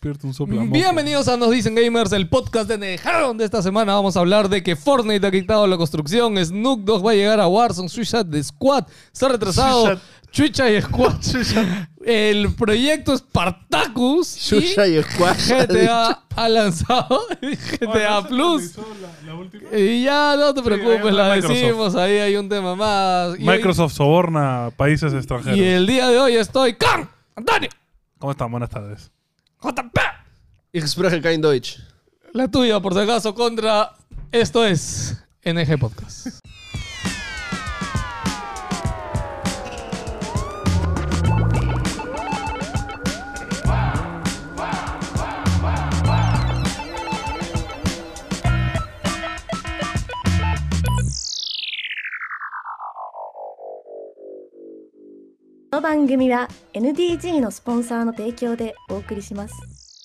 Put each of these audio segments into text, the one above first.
despierta un sopla. Bienvenidos a Nos Dicen Gamers, el podcast de NDG, donde esta semana vamos a hablar de que Fortnite ha quitado la construcción, Snoop Dogg va a llegar a Warzone, Suicide Squad se ha retrasado, Suicide Squad, el proyecto Spartacus Suicide Squad. GTA ha lanzado GTA Plus. Y ya no te preocupes, la decimos, ahí hay un tema más. Microsoft soborna países extranjeros. Y el día de hoy estoy con Antonio. ¿Cómo están? Buenas tardes. JP. Ich spreche kein Deutsch. La tuya, por si acaso, contra... Esto es NG Podcast. この番組は NDG のスポンサーの提供でお送りします。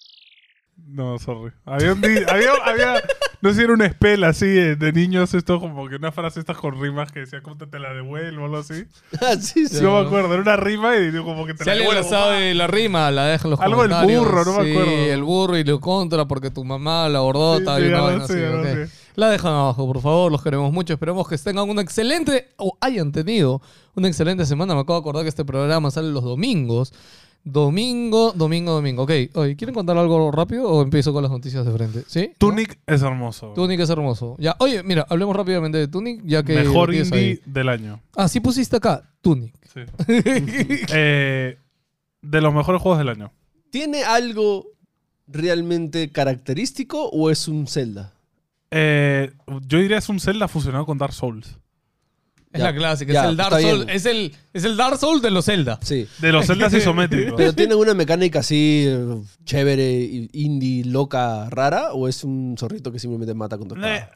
No, sorry. Había, no sé si era un spell así de niños, esto como que una frase estas con rimas que decía, ¿cómo te la devuelvo o algo así? Ah, sí, sí. No me acuerdo, era una rima y digo como que te Si la alguien devuelvo. la sabe la rima, la deja en los Algo del comentarios. burro, no me acuerdo. Sí, el burro y lo contra porque tu mamá, la gordota, Sí, y una algo vaina así, así, algo ok. así. La dejan abajo, por favor, los queremos mucho. Esperemos que tengan una excelente, o hayan tenido una excelente semana. Me acabo de acordar que este programa sale los domingos. Domingo. Ok, oye, ¿quieren contar algo rápido o empiezo con las noticias de frente? ¿Sí? Tunic es hermoso. Tunic es hermoso. Ya, oye, mira, hablemos rápidamente de Tunic, ya que... Mejor lo tienes indie ahí. del año. Ah, sí pusiste acá, Tunic. Sí. De los mejores juegos del año. ¿Tiene algo realmente característico o es un Zelda? Yo diría es un Zelda fusionado con Dark Souls. Es Ya, la clásica, ya, es el Dark está Souls, bien. es el Dark Souls de los Zelda. Sí. De los Zeldas isométricos. ¿Pero tiene una mecánica así chévere, indie, loca, rara? ¿O es un zorrito que simplemente mata con tu espada?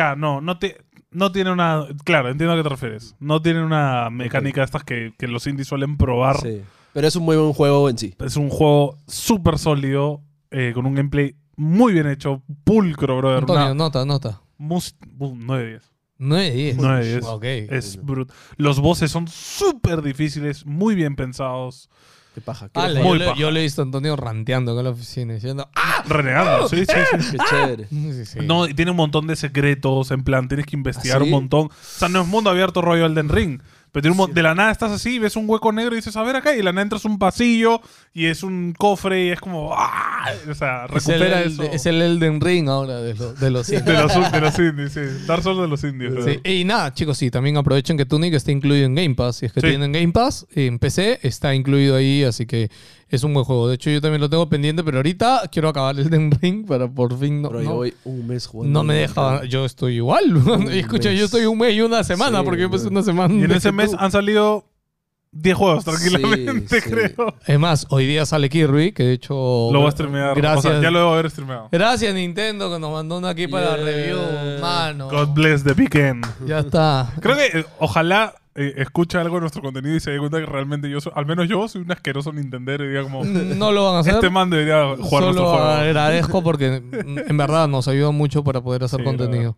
No tiene una... Claro, entiendo a qué te refieres. No tiene una mecánica de estas que los indies suelen probar. Sí. Pero es un muy buen juego en sí. Es un juego súper sólido, con un gameplay muy bien hecho, pulcro, brother. Antonio, nota. 9-10. 9-10. 9-10. Ok. Es brutal. Los bosses son súper difíciles, muy bien pensados. Qué paja. Ah, Qué, Muy yo, paja. yo le he visto a Antonio ranteando acá en la oficina diciendo ¡ah! Renegando, sí. qué chévere. Sí. No, y tiene un montón de secretos, en plan, tienes que investigar ¿Ah, sí? un montón. O sea, no es mundo abierto rollo Elden Ring. Pero tiene de la nada estás así, ves un hueco negro y dices, a ver acá, y de la nada entras un pasillo y es un cofre y es como, ¡ah! O sea, recupera eso. Es el Elden Ring ahora de los de los indies, sí. Dark Souls de los indies. Sí. Y nada, chicos, sí, también aprovechen que Tunic está incluido en Game Pass. Si es que Sí. tienen Game Pass, en PC está incluido ahí, así que es un buen juego. De hecho, yo también lo tengo pendiente, pero ahorita quiero acabar el Elden Ring para por fin Pero yo voy un mes jugando. no me deja. Yo estoy igual. Escucha, mes. yo estoy un mes y una semana, Sí, porque yo empecé bueno. una semana. Y en de ese que mes tú. han salido 10 juegos tranquilamente, Sí, sí. creo. Es más, hoy día sale Kirby, que de hecho. Lo voy a streamear. Gracias. O sea, ya lo debo haber streameado. Gracias, Nintendo, que nos mandó una aquí para Yeah. review, mano. God bless the weekend. Ya está. Creo que ojalá escuche algo de nuestro contenido y se dé cuenta que realmente al menos yo soy un asqueroso Nintendero y diga como, No lo van a hacer. este man debería jugar nuestro Solo juego. agradezco porque en verdad nos ayuda mucho para poder hacer Sí, contenido.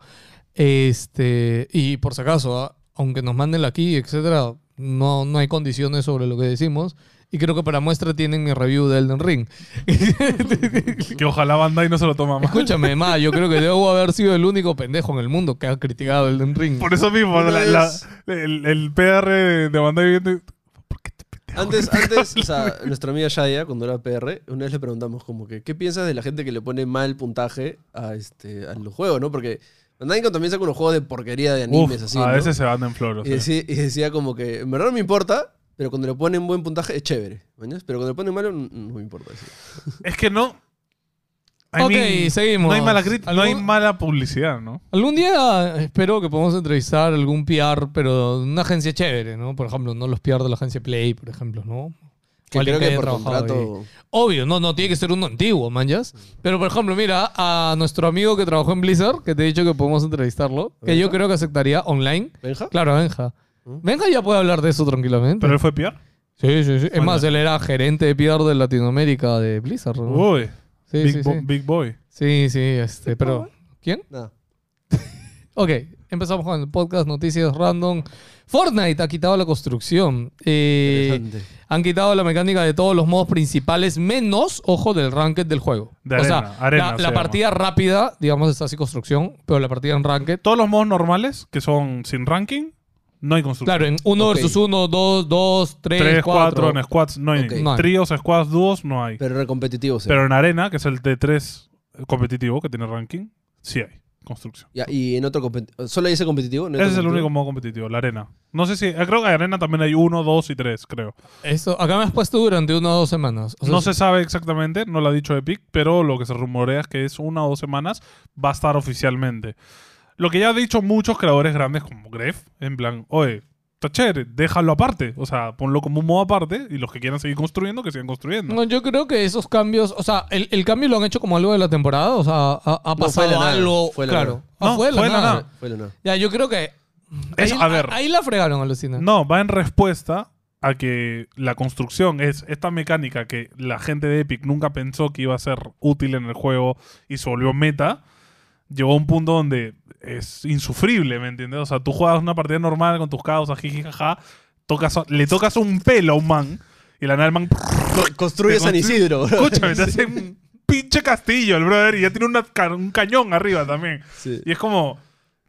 Y por si acaso, aunque nos manden la key, etcétera, no hay condiciones sobre lo que decimos. Y creo que para muestra tienen mi review de Elden Ring. Que ojalá Bandai no se lo toma más. Escúchame, ma, yo creo que debo haber sido el único pendejo en el mundo que ha criticado Elden Ring. Por eso mismo, Una vez- el PR de Bandai viendo... ¿Por qué te pendejo? Antes, o sea, nuestra amiga Shaya, cuando era PR, una vez le preguntamos como que, ¿qué piensas de la gente que le pone mal puntaje a los juegos, no? Porque Bandai también saca unos juegos de porquería de animes, Uf, así, a ¿no? veces se van en flor. Y decía como que, en verdad no me importa, pero cuando le ponen buen puntaje es chévere, ¿mañas? Pero cuando le ponen malo, no me importa. Decía. Es que no... Ok, seguimos. No hay mala publicidad, ¿no? Algún día espero que podamos entrevistar algún PR, pero de una agencia chévere, ¿no? Por ejemplo, no los PR de la agencia Play, por ejemplo, ¿no? Que Alguien creo que haya por trabajado contrato... ahí. Obvio, no tiene que ser uno antiguo, manjas. Pero, por ejemplo, mira, a nuestro amigo que trabajó en Blizzard, que te he dicho que podemos entrevistarlo, que yo ¿Benja? creo que aceptaría online. ¿Benja? Claro, Benja. Benja ya puede hablar de eso tranquilamente. ¿Pero él fue PR? Sí. Es Bueno. más, él era gerente de PR de Latinoamérica de Blizzard, ¿no? Uy, Sí, big, sí, bo- sí. big boy. Sí, pero... ¿Quién? Nada. Ok, Empezamos con el podcast Noticias Random. Fortnite ha quitado la construcción. Interesante. Han quitado la mecánica de todos los modos principales, menos, ojo, del ranked del juego. De o sea, arena se la llama. partida rápida, digamos, está sin construcción, pero la partida en ranked. Todos los modos normales, que son sin ranking, no hay construcción. Claro, en 1 Ok. versus 1, 2, 2, 3, 3, 4, 4. en squads no hay. Ok. No hay. Tríos, squads, dúos, no hay. Pero recompetitivo, sí. Pero en arena, que es el T3 competitivo, que tiene ranking, sí hay construcción. Ya, y en otro competitivo. ¿Solo hay ese competitivo? ¿No hay Ese es el competitivo? único modo competitivo, la arena. No sé si... creo que en arena también hay 1, 2 y 3, creo. Eso, acá me has puesto durante 1 o 2 semanas. O sea, No se sabe exactamente, no lo ha dicho Epic, pero lo que se rumorea es que es 1 o 2 semanas, va a estar oficialmente. Lo que ya han dicho muchos creadores grandes como Gref, en plan, oye, está chévere, déjalo aparte. O sea, ponlo como un modo aparte y los que quieran seguir construyendo, que sigan construyendo. No, yo creo que esos cambios, o sea, el cambio lo han hecho como algo de la temporada, o sea, ha No, fue de pasado la nada, algo, fue de la claro. nada. No, Fue de la nada. Fue la nada. Ya, yo creo que Es- ahí, a ver. ahí la fregaron, alucina. No, va en respuesta a que la construcción es esta mecánica que la gente de Epic nunca pensó que iba a ser útil en el juego y se volvió meta. Llegó a un punto donde es insufrible, ¿me entiendes? O sea, tú juegas una partida normal con tus causas, jiji, jaja, le tocas un pelo a un man y la nada el man... Construye Te San construye- Isidro, bro. Escúchame, te hace un pinche castillo el brother y ya tiene un cañón arriba también. Sí. Y es como...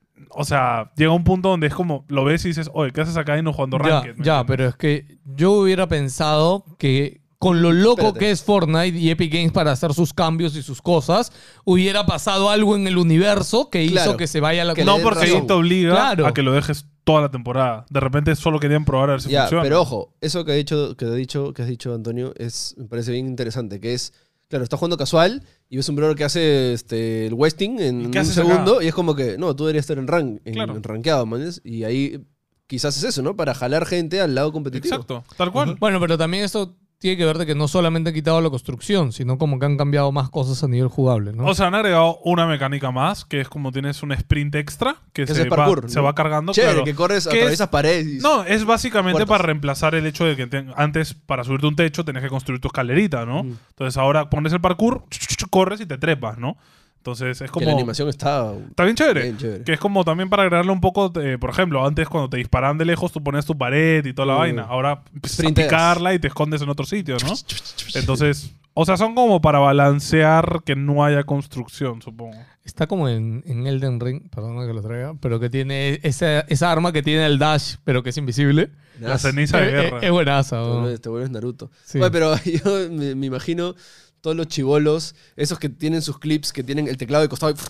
O sea, llega un punto donde es como... Lo ves y dices, oye, ¿qué haces acá y no jugando Ya, Ranked? ¿me ya, entiendes? pero es que yo hubiera pensado que con lo loco Espérate. que es Fortnite y Epic Games para hacer sus cambios y sus cosas, hubiera pasado algo en el universo que hizo Claro, que se vaya a la que le No, den porque ahí razón. te obliga Claro. a que lo dejes toda la temporada. De repente solo querían probar a ver si Ya, funciona. pero ojo, eso que has dicho Antonio, me parece bien interesante, que es, claro, estás jugando casual y ves un brother que hace el Westing en ¿Y qué un haces segundo acá? y es como que, no, tú deberías estar Claro. en rankeado, man. Y ahí quizás es eso, ¿no? Para jalar gente al lado competitivo. Exacto, tal cual. Bueno, pero también esto tiene que ver de que no solamente han quitado la construcción, sino como que han cambiado más cosas a nivel jugable, ¿no? O sea, han agregado una mecánica más, que es como tienes un sprint extra, que Que se, es el parkour, se ¿no? va cargando. Chévere, claro. que corres, Que es- atraviesas paredes y... No, es básicamente Puertas. para reemplazar el hecho de que antes, para subirte un techo, tenías que construir tu escalerita, ¿no? Mm. Entonces ahora pones el parkour, corres y te trepas, ¿no? Entonces es Que como... la animación está Está bien chévere. bien chévere. Que es como también para agregarle un poco, por ejemplo, antes cuando te disparaban de lejos tú ponías tu pared y toda la vaina. Ahora empiezas a Sprinteas. picarla y te escondes en otro sitio, ¿no? Entonces, o sea, son como para balancear que no haya construcción, supongo. Está como en Elden Ring, perdón que lo traiga, pero que tiene esa arma que tiene el dash, pero que es invisible. La ceniza de guerra. Es buenaza. Te ¿no? vuelves Naruto. Sí. Oye, pero yo me imagino todos los chibolos, esos que tienen sus clips, que tienen el teclado de costado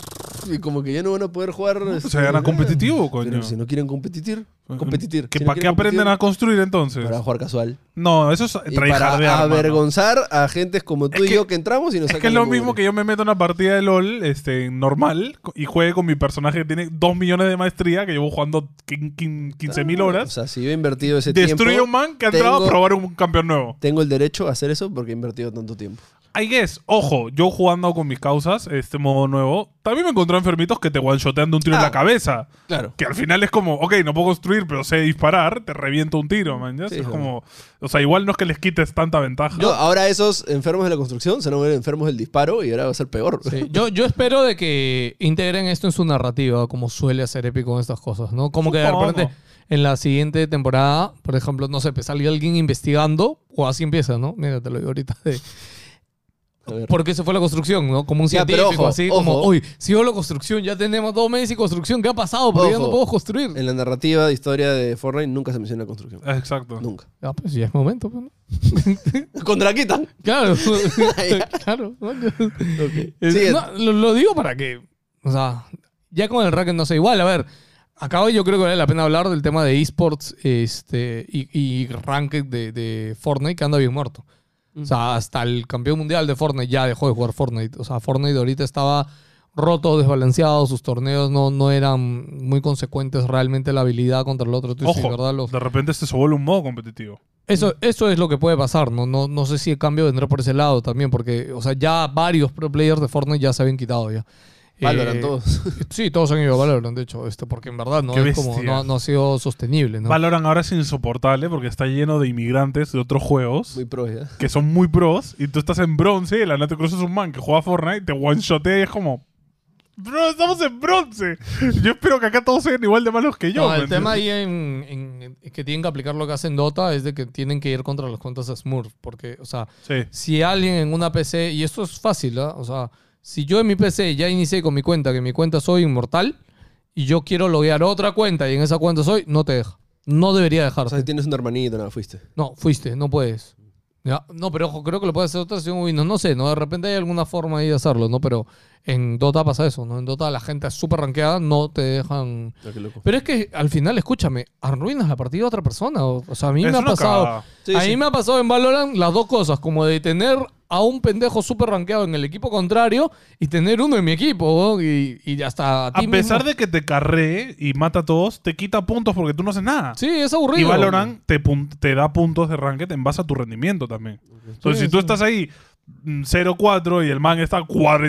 y como que ya no van a poder jugar. Se gana competitivo, coño. Pero si no quieren competir. ¿Que Si no ¿Para qué quieren aprenden competir, a construir entonces? Para jugar casual. No, eso es Y para tryhardear, mano. avergonzar a gentes como tú Es y que- yo que entramos y nos Es sacan que es la lo mismo mugre. que yo me meto en una partida de LOL normal y juegue con mi personaje que tiene 2 millones de maestría, que llevo jugando 15.000 O horas. sea, si yo he invertido ese Destruye tiempo, un man que ha entrado a tengo- probar un campeón nuevo. tengo el derecho a hacer eso porque he invertido tanto tiempo. I guess, ojo, yo jugando con mis causas, este modo nuevo, también me encontré enfermitos que te one-shotean de un tiro en Ah. la cabeza. Claro. Que al final es como, ok, no puedo construir, pero sé disparar, te reviento un tiro, man. ¿ya? Sí, Es claro. como, o sea, igual no es que les quites tanta ventaja. No, ahora esos enfermos de la construcción se van a ver enfermos del disparo y ahora va a ser peor. Sí, yo espero de que integren esto en su narrativa, como suele hacer Epic con estas cosas, ¿no? Como que de Supongo. repente en la siguiente temporada, por ejemplo, no sé, pues sale alguien investigando, o así empieza, ¿no? Mira, te lo digo ahorita. A ver. ¿Por qué se fue la construcción, no? Como un Ya, pero científico, ojo, así ojo. como, uy, siguió la construcción, ya tenemos 2 meses sin construcción, ¿qué ha pasado? Porque ya no Ojo. puedo construir. En la narrativa de historia de Fortnite nunca se menciona construcción. Exacto. Nunca. Ah, pues ya es momento, pues, ¿no? Contra quitan. Claro, Ya. claro. ¿no? Ok. Es- Sigue. no, lo digo para que, o sea, ya con el racket no sé, igual, a ver, acá yo creo que vale la pena hablar del tema de esports y ranked de Fortnite, que anda bien muerto. O sea, hasta el campeón mundial de Fortnite ya dejó de jugar Fortnite. O sea, Fortnite ahorita estaba roto, desbalanceado, sus torneos no eran muy consecuentes realmente la habilidad contra el otro. Entonces, Ojo, sí, ¿verdad? de repente este se vuelve un modo competitivo. Eso es lo que puede pasar, no sé si el cambio vendrá por ese lado también, porque, o sea, ya varios pro players de Fortnite ya se habían quitado ya. Valorant todos. Sí, todos han ido a Valorant, de hecho, porque en verdad no, Qué es como, bestia. no ha sido sostenible, ¿no? Valorant ahora es insoportable porque está lleno de inmigrantes de otros juegos Muy pro, ¿ya? que son muy pros y tú estás en bronce y la neta te cruzas un man que juega Fortnite, te one-shotea y es como... Bro, estamos en bronce. Yo espero que acá todos sean igual de malos que yo. No, ¿me el tema entiendes? ahí que tienen que aplicar lo que hacen Dota es de que tienen que ir contra las cuentas de Smurf. Porque, o sea, Sí. si alguien en una PC, y esto es fácil, ¿ah? O sea, si yo en mi PC ya inicié con mi cuenta, que mi cuenta soy inmortal, y yo quiero loguear otra cuenta y en esa cuenta soy, no te deja. No debería O dejarte. sea, si tienes un hermanito, nada, fuiste. No, fuiste, no puedes. ¿Ya? No, pero ojo, creo que lo puede hacer otra versión Windows. No sé, ¿no? De repente hay alguna forma ahí de hacerlo, ¿no? Pero en Dota pasa eso, ¿no? En Dota la gente es súper rankeada, no te dejan... Ah, qué loco. Pero es que al final, escúchame, arruinas la partida a otra persona. O sea, a mí Es me ha una pasado... cagada. Sí, a sí. mí me ha pasado en Valorant las dos cosas, como de tener a un pendejo súper rankeado en el equipo contrario y tener uno en mi equipo, ¿no? Y hasta a ti A pesar mismo. de que te carree y mata a todos, te quita puntos porque tú no haces nada. Sí, es aburrido. Y Valorant te da puntos de ranked en base a tu rendimiento también. Entonces, Sí, si tú sí. estás ahí 0-4 y el man está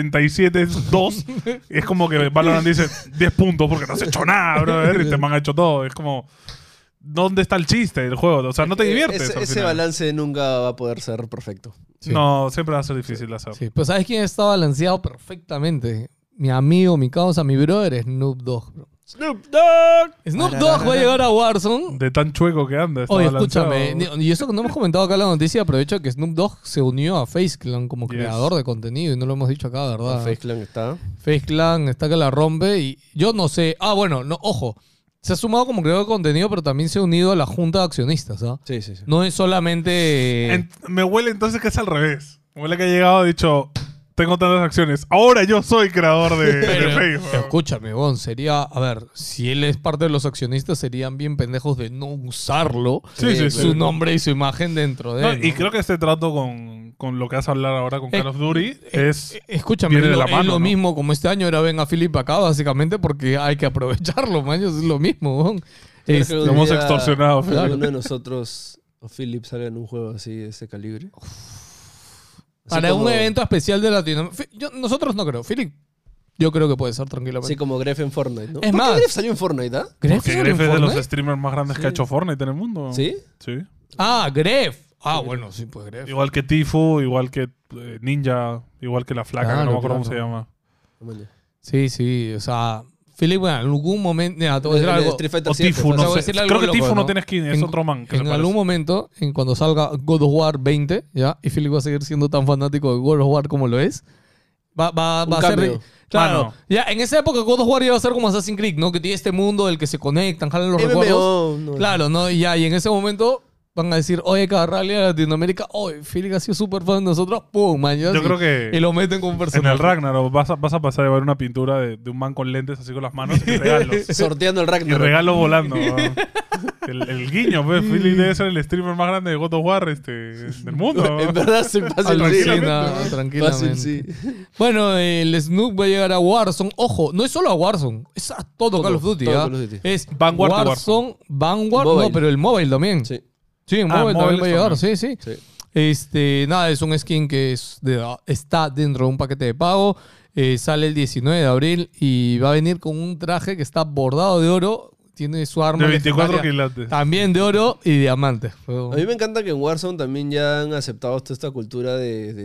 47-2, es como que Valorant dice 10 puntos porque no has hecho nada, brother. Y este man ha hecho todo. Es como, ¿dónde está el chiste del juego? O sea, no te diviertes. al Ese final. balance nunca va a poder ser perfecto. Sí. No, siempre va a ser difícil de hacer. Sí, pues ¿sabes quién está balanceado perfectamente? Mi amigo, mi causa, mi brother, Snoop Dogg, bro. Snoop Dogg. Snoop Dogg va a llegar a Warzone. De tan chueco que anda. está Oye, balanceado. escúchame, y eso que no hemos comentado acá en la noticia, aprovecho que Snoop Dogg se unió a FaZe Clan como Yes. creador de contenido y no lo hemos dicho acá, ¿verdad? Face Clan está. FaZe Clan está que la rompe y yo no sé. Ah, bueno, no, ojo. Se ha sumado como creador de contenido, pero también se ha unido a la junta de accionistas, ¿ah? Sí, sí, sí. No es solamente... Me huele entonces que es al revés. Me huele que ha llegado y ha dicho, tengo tantas acciones. Ahora yo soy creador de Pero, Facebook. escúchame, Gon, sería, a ver, si él es parte de los accionistas, serían bien pendejos de no usarlo, Sí, sí, su sí. nombre y su imagen dentro de No, él. y ¿no? creo que este trato con lo que vas a hablar ahora con Call of Duty es... Escúchame, viene de es lo, la mano, es lo ¿no? mismo como este año era Ben a Philip acá, básicamente, porque hay que aprovecharlo, man, es lo mismo, Gon. Creo Es- que lo algún hemos día extorsionado, claro. Uno de nosotros o Philip salga en un juego así de ese calibre. Así para un como- evento especial de Latinoamérica. Nosotros no creo. Philip, yo creo que puede ser tranquilamente. Así como Gref en Fortnite, ¿no? Es ¿Por más- qué Gref salió en Fortnite, ah? ¿Gref Porque salió Gref en es de los Fortnite? streamers más grandes que ha hecho Fortnite en el mundo. ¿Sí? Sí. Ah, Gref. Ah, bueno, sí, pues Gref. Igual que Tifu, igual que Ninja, igual que la flaca, Claro, que no me acuerdo claro. cómo se llama. Maña. Sí, sí, o sea, Philip, bueno, en algún momento, mira, te voy a decir El algo. Street Fighter O 7, Tifu, pues. te no voy a sé. decir algo Creo que loco, Tifu no ¿no? tiene skin, es En- otro man. Que En se algún parece. momento, en cuando salga God of War 20, ¿ya? Y Philip va a seguir siendo tan fanático de God of War como lo es. Va Un a ser... cambio. Claro, Mano. ya en esa época God of War iba a ser como Assassin's Creed, ¿no? Que tiene este mundo del que se conectan, jalan los recuerdos. MMO, no. Claro, ¿no? Y ya, y en ese momento van a decir, oye, cada rally de Latinoamérica, oye, Philip ha sido súper fan de nosotros, ¡pum! Man, ya, Yo y- creo que Y lo meten como un en personaje. el Ragnarok vas a pasar a ver una pintura de un man con lentes así con las manos y regalos. Sorteando el Y Ragnarok. regalos volando. weón. El guiño, pues. Philip debe ser el streamer más grande de God of War del mundo. En weón. verdad se fácil. Alucina, Fácil, tranquilamente. sí. Bueno, el Snoop va a llegar a Warzone. Ojo, no es solo a Warzone, es a todo Call of Duty. todo ¿ah? Call of Duty. Es Vanguard y Warzone, Vanguard, Mobile. no, pero el mobile también. Sí. Sí, en Ah, mobile también mobile va a llegar, también. sí, sí. Sí. Nada, es un skin que está dentro de un paquete de pago. Sale el 19 de abril y va a venir con un traje que está bordado de oro. Tiene su arma De 24 legendaria quilates. también de oro y diamantes. A mí me encanta que en Warzone también ya han aceptado toda esta cultura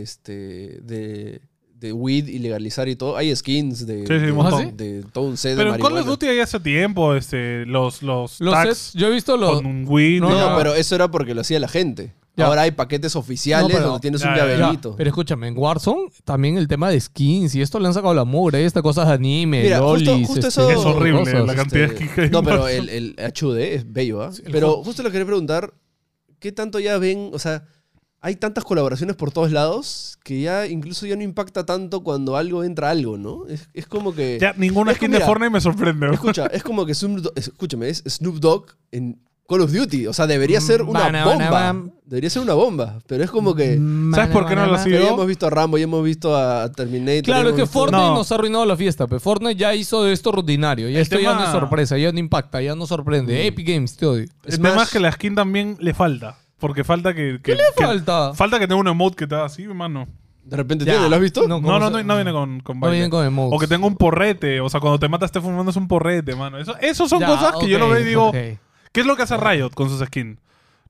de weed y legalizar y todo. Hay skins de, Sí, sí, un de, montón. de todo un set Pero de en Call of marihuana. Duty hay hace tiempo los Los tags sets, yo he visto los... con un weed. No, y No, ya. pero eso era porque lo hacía la gente. Ya. Ahora hay paquetes oficiales No, pero- donde tienes Ya, un ya, ya. llaverito. Pero escúchame, en Warzone también el tema de skins y esto le han sacado la mugre, estas cosas de anime, Mira, lolis, justo eso- Es horrible cosas. la cantidad de skins que hay en No, pero Warzone. el HUD es bello, ¿ah? Sí, el Pero juego. justo le quería preguntar, ¿qué tanto ya ven? O sea, hay tantas colaboraciones por todos lados que ya incluso ya no impacta tanto cuando algo entra algo, ¿no? Es como que... Ya ninguna es que skin de mira, Fortnite me sorprende. ¿no? Escucha, es como que escúchame, es Snoop Dogg en Call of Duty. O sea, debería ser una Bana, bomba. bana, bam. Debería ser una bomba. Pero es como que... ¿Sabes por qué no lo ha que sido? ya hemos visto a Rambo, ya hemos visto a Terminator. Claro, ya es que hemos visto- Fortnite No. nos ha arruinado la fiesta, pero Fortnite ya hizo de esto rutinario. Ya El esto ya tema- no es sorpresa, ya no impacta, ya no sorprende. Epic Games, te odio. El Smash- tema es que la skin también le falta. Porque falta que... ¿Qué le falta? Falta que tenga un emote que te haga así, hermano. De repente Ya. tiene, ¿lo has visto? No. No, no viene con No baile. vienen con emotes. O que tenga un porrete. O sea, cuando te mata esté fumando es un porrete, mano. Eso son Ya, cosas que yo lo ok, veo y digo... ok. ¿Qué es lo que hace Riot con sus skins?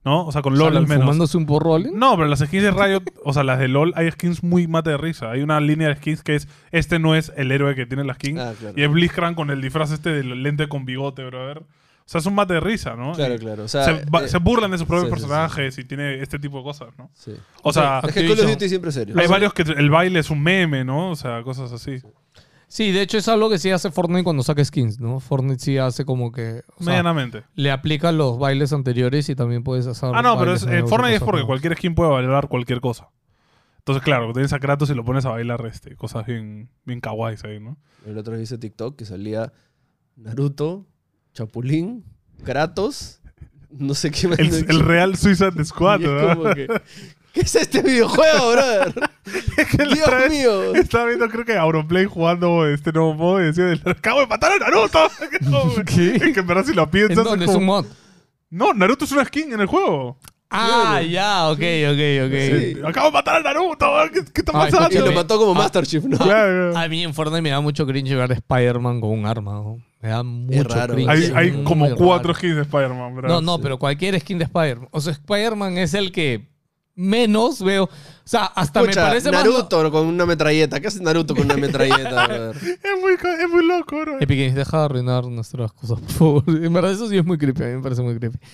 ¿no? O sea, con LoL al Salen menos. fumándose un porro alguien. No, pero las skins de Riot, o sea, las de LoL, hay skins muy mate de risa. Hay una línea de skins que es, este no es el héroe que tiene la skin. Ah, claro. Y es Blitzcrank con el disfraz del lente con bigote, brother. O sea, es un mate de risa, ¿no? Claro, Y claro. O sea, se burlan de sus propios sí, sí, personajes y tiene este tipo de cosas, ¿no? sí. O sea, Es que Call of Duty siempre es serio. hay varios que el baile es un meme, ¿no? O sea, cosas así. Sí, de hecho es algo que sí hace Fortnite cuando saca skins, ¿no? Fortnite sí hace como que... O sea, Medianamente. le aplica los bailes anteriores y también puedes hacer... Ah, no, pero bailes nuevos y Fortnite es cosas porque nuevas. cualquier skin puede bailar cualquier cosa. Entonces, claro, tienes a Kratos y lo pones a bailar cosas bien kawaiis ahí, ¿no? El otro día hice TikTok que salía Naruto, Chapulín, Kratos, no sé qué más. El Real Suicide Squad, Y es ¿no? como que, ¿qué es este videojuego, brother? Es que la Dios otra vez mío. Estaba viendo, creo que Auronplay jugando este nuevo modo y decía, acabo de matar a Naruto. ¿Qué? Es que en verdad si lo ¿En piensas dónde? es ¿Es un como... mod? No, Naruto es una skin en el juego. Ah, ya, ok. Sí. Acabo de matar a Naruto. ¿Qué está Ay, pasando? Y lo escúchame. mató como Master Chief, ¿no? Claro. A mí en Fortnite me da mucho cringe ver a Spider-Man con un arma, ¿no? Me da mucho raro. cringe. Hay muy como raro. 4 skins de Spider-Man, bro. No, pero cualquier skin de Spider-Man. O sea, Spider-Man es el que menos veo. O sea, hasta Escucha, me parece más... Naruto con una metralleta. ¿Qué hace Naruto con una metralleta, brother? Es muy loco, bro. Epic Games, deja de arruinar nuestras cosas, por favor. En verdad, eso sí es muy creepy. A mí me parece muy creepy.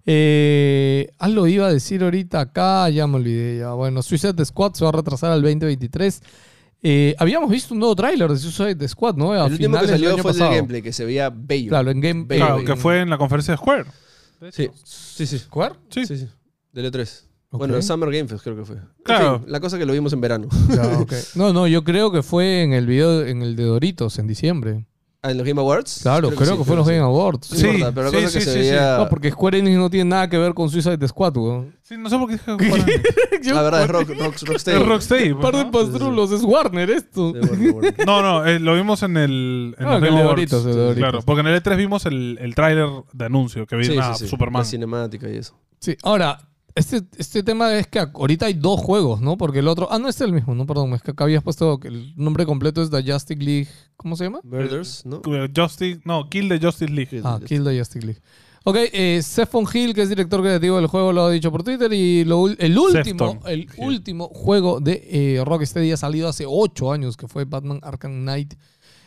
Algo iba a decir ahorita acá, ya me olvidé. Ya. Bueno, Suicide Squad se va a retrasar al 2023. Habíamos visto un nuevo tráiler de Suicide Squad, ¿no? A El último que finales del salió año fue el pasado. del gameplay, que se veía bello. Claro, en game. Bello, Claro, bello. que fue en la conferencia de Square. Sí, sí, sí. ¿Square? Sí. Sí, sí. Del E3. Ok. Bueno, el Summer Game Fest creo que fue. Claro. En fin, la cosa que lo vimos en verano. Ya, ok. No, yo creo que fue en el video, en el de Doritos, en diciembre. Ah, ¿en los Game Awards? Claro, creo que fue en los sí. Game Awards. No Sí, importa, pero la sí, cosa sí, que se sí, veía... No, porque Square Enix no tiene nada que ver con Suicide Squad, weón. Sí, no sé por qué dije que fuera- La verdad es Rocksteady. Es Rocksteady. pues, Par de ¿no? pastrulos, es Warner esto. Sí, bueno. No, lo vimos en el Ah, los que el Game de Awards. Doritos, el de Doritos. Claro, porque en el E3 vimos el tráiler de anuncio que Sí, viene a sí, sí. Superman. La cinemática y eso. Sí, ahora, este tema es que ahorita hay dos juegos, ¿no? Porque el otro... Ah, no, este es el mismo, ¿no? Perdón, es que acá habías puesto que el nombre completo es The Justice League... ¿Cómo se llama? Murders, ¿no? Kill the Justice League. Ah, Kill the Justice League. Ok, Sefton Hill, que es director creativo del juego, lo ha dicho por Twitter. Y Sefton Hill. último juego de Rocksteady ha salido hace 8 años, que fue Batman Arkham Knight.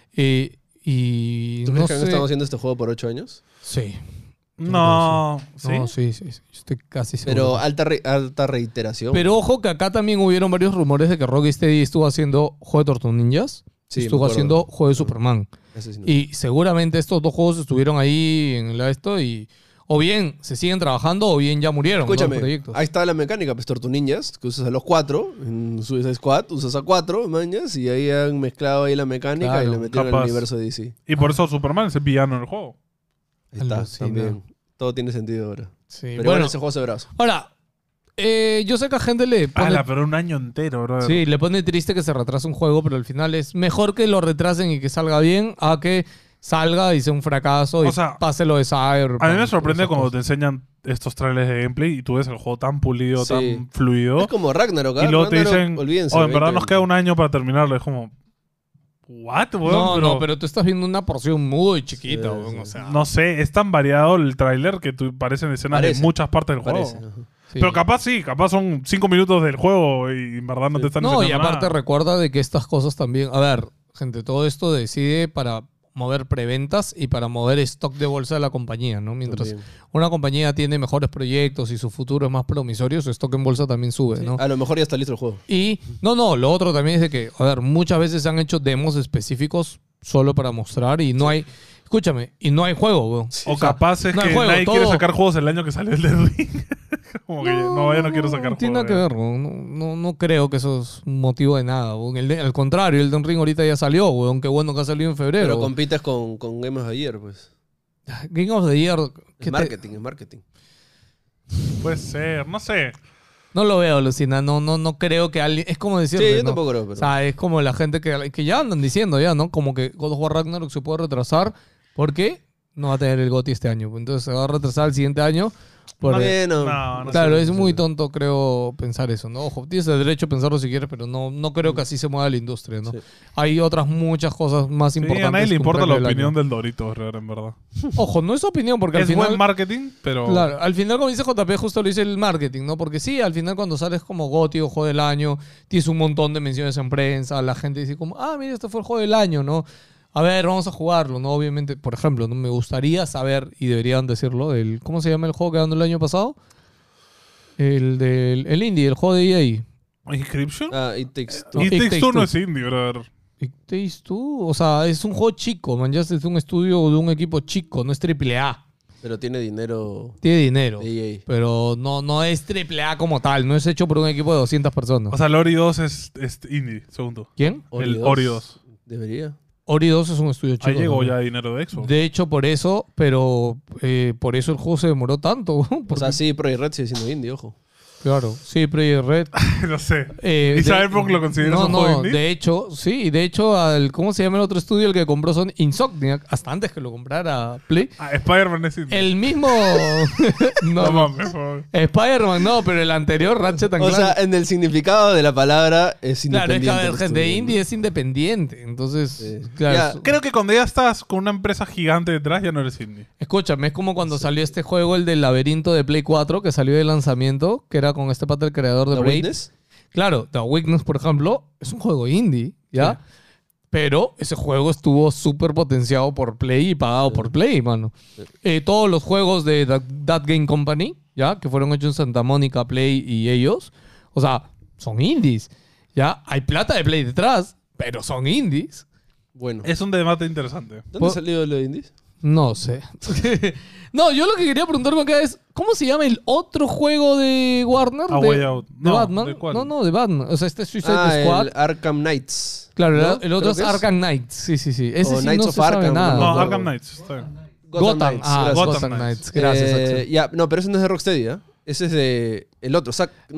Y ¿Tú no crees que han sé... estado haciendo este juego por 8 años? Sí. No, ¿sí? No, sí. Estoy casi seguro. Pero alta reiteración. Pero ojo que acá también hubieron varios rumores de que Rocksteady estuvo haciendo juego de Tortugas Ninjas. Sí, Estuvo me acuerdo. haciendo juego de Superman. Ese sí no. Y seguramente estos dos juegos estuvieron ahí en esto y... O bien se siguen trabajando o bien ya murieron, ¿no? Escúchame, Los proyectos. ahí está la mecánica, pues Tortu Ninjas, que usas a los 4, en Suicide Squad usas a 4, mañas, y ahí han mezclado ahí la mecánica Claro, y le metieron capaz. al universo de DC. Y por eso Superman es el villano en el juego. Ahí está, Alucina. también. Todo tiene sentido ahora. Sí, Pero bueno, igual ese juego se brazo. ahora, yo sé que a gente le pone... Pero un año entero, bro. Sí, le pone triste que se retrase un juego, pero al final es mejor que lo retrasen y que salga bien a que salga y sea un fracaso y O sea, pase lo de Cyberpunk. A mí me sorprende esas cuando cosas. te enseñan estos trailers de gameplay y tú ves el juego tan pulido, Sí. tan fluido. Es como Ragnarok, Y luego te Ragnarok, dicen, olvídense, en verdad 20. nos queda un año para terminarlo. Es como, ¿what, weón? No, pero tú estás viendo una porción muy chiquita, Sí, weón, sí. o sea... No sé, es tan variado el tráiler que parecen escenas Parece. de muchas partes del juego. Parece. ajá. sí. Pero capaz sí, capaz son 5 minutos del juego y en verdad no te están No, y enseñando aparte nada. recuerda de que estas cosas también... A ver, gente, todo esto decide para mover preventas y para mover stock de bolsa de la compañía, ¿no? Mientras También. una compañía tiene mejores proyectos y su futuro es más promisorio, su stock en bolsa también sube, ¿no? A lo mejor ya está listo el juego. Y no, lo otro también es de que, a ver, muchas veces se han hecho demos específicos solo para mostrar y no hay... Escúchame, y no hay juego, weón. O capaz es no hay que juego, nadie todo- quiere sacar juegos el año que salió el de Ring. Como que no, ya no quiero sacar No tiene juegos. nada que ver, weón. No creo que eso es un motivo de nada, weón. Al contrario, el Elden Ring ahorita ya salió, weón. Qué bueno que ha salido en febrero. Pero weón. compites con Game of the Year, pues. Game of the Year... ¿qué Es te- marketing, es marketing. Puede ser, no sé. No lo veo, Lucina. No creo que alguien... Es como decir... Sí, yo tampoco creo, pero... O sea, es como la gente que ya andan diciendo ya, ¿no? Como que God of War Ragnarok se puede retrasar porque no va a tener el GOTY este año. Entonces se va a retrasar al siguiente año. Bueno, Claro, sé, es no muy sé. tonto, creo, pensar eso, ¿no? Ojo, tienes el derecho a pensarlo si quieres, pero no creo que así se mueva la industria, ¿no? Sí. Hay otras muchas cosas más Sí, importantes. a nadie le que un importa la premio del opinión año. del Doritos, en verdad. Ojo, no es opinión, porque al Es final... buen marketing, pero... Claro, al final, como dice JP, justo lo dice el marketing, ¿no? Porque sí, al final cuando sales como GOTY o Juego del Año, tienes un montón de menciones en prensa, la gente dice como, mira, este fue el Juego del Año, ¿no? A ver, vamos a jugarlo, ¿no? Obviamente, por ejemplo, ¿no? Me gustaría saber, y deberían decirlo, ¿cómo se llama el juego que ganó el año pasado? El indie, el juego de EA. ¿Inscription? It Takes Two. No, Y It Takes Takes Two no Two. es indie, brother. It Takes Two, o sea, es un juego chico, man, ya es un estudio de un equipo chico, no es AAA. Pero tiene dinero Tiene dinero, de EA. pero no es AAA como tal, no es hecho por un equipo de 200 personas. O sea, el Ori 2 es indie, segundo. ¿Quién? El Ori 2. Debería. Ori 2 es un estudio chico. Ahí llegó también. ya dinero de Xbox. De hecho, por eso, pero por eso el juego se demoró tanto. O Porque, sea, sí, Project Red sigue siendo indie, ojo. claro, sí, Project Red. No sé. ¿Y ¿Y Cyberpunk lo consideras un juego indie? de hecho, sí, de hecho, ¿cómo se llama el otro estudio? El que compró son Insomniac, hasta antes que lo comprara Play. Spider-Man es indie. El mismo... No no, mames, por favor. Spider-Man, no, pero el anterior, Ratchet and O Clank. sea, en el significado de la palabra es Claro, es que independiente. a ver, el gente, estudio, indie es independiente. Entonces, Sí. claro, Ya, Creo que cuando ya estás con una empresa gigante detrás, ya no eres indie. escúchame, es como cuando salió este juego, el del laberinto de Play 4, que salió de lanzamiento, que era con este pata, el creador de ¿The Braid. Witness? Claro, The Witness, por ejemplo, es un juego indie, ¿ya? Sí. Pero ese juego estuvo súper potenciado por Play y pagado por Play, mano. Todos los juegos de That Game Company, ¿ya? Que fueron hechos en Santa Mónica, Play y ellos, o sea, son indies, ¿ya? Hay plata de Play detrás, pero son indies. Bueno. Es un debate interesante. ¿Dónde salió lo de indies? No sé. No, yo lo que quería preguntarme acá es, ¿cómo se llama el otro juego de Warner? A de, Way Out. de No, Batman. ¿de cuál? No, de Batman. O sea, este es Suicide Squad. El Arkham Knights. Claro, ¿no? el otro Creo es que Arkham Knights. Sí, sí, sí. Ese O sí Knights no of se sabe Arkham, nada. No, acuerdo. Arkham Knights. Está bien. Gotham. Knights, Ah, gracias. Gotham Knights. Gracias, Axel. Ya, no, pero ese no es de Rocksteady, ¿eh? Ese es de el otro,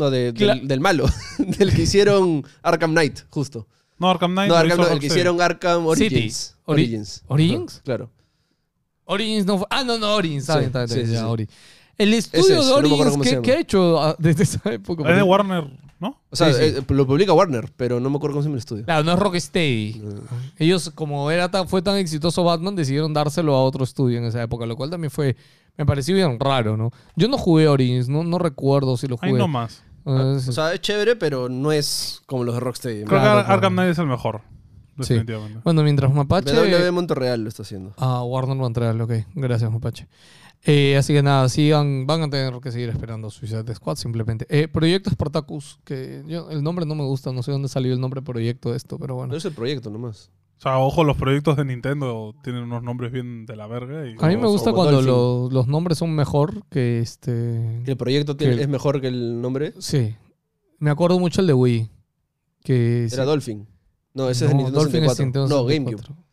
del malo, del que hicieron Arkham Knight, justo. No, Arkham Knight. No, lo Arkham, hizo no, el que Rocksteady. hicieron Arkham Origins. City. Origins. ¿Origins? Claro. Origins no fue... no, Origins. Sí, Está bien, sí, sí, ya, sí. Ori. El estudio Ese de es, no me acuerdo Origins, cómo se llama. ¿qué ha hecho desde esa época? Es de Warner, ¿no? O sea, Sí, sí. lo publica Warner, pero no me acuerdo cómo se llama el estudio. Claro, no es Rocksteady. Ellos, como fue tan exitoso Batman, decidieron dárselo a otro estudio en esa época, lo cual también me pareció bien raro, ¿no? Yo no jugué Origins, no recuerdo si lo Ahí jugué. no más. O sea, es chévere, pero no es como los de Rocksteady. Creo Claro, que claro. Arkham Knight es el mejor. Sí. Definitivamente. Bueno, mientras Mapache... BW Montreal lo está haciendo. Warner Montreal, ok. Gracias, Mapache. Así que nada, van a tener que seguir esperando Suicide Squad simplemente. Proyecto Spartacus, que el nombre no me gusta, no sé dónde salió el nombre proyecto de esto, pero bueno. No es el proyecto nomás. O sea, ojo, los proyectos de Nintendo tienen unos nombres bien de la verga. Y... A mí me o gusta Dolphin. cuando los nombres son mejor que Que el proyecto Que- es mejor que el nombre. Sí. Me acuerdo mucho el de Wii. Que Era Dolphin. No, ese No, es de Nintendo Dolphin es 64. Nintendo No, 64. GameCube.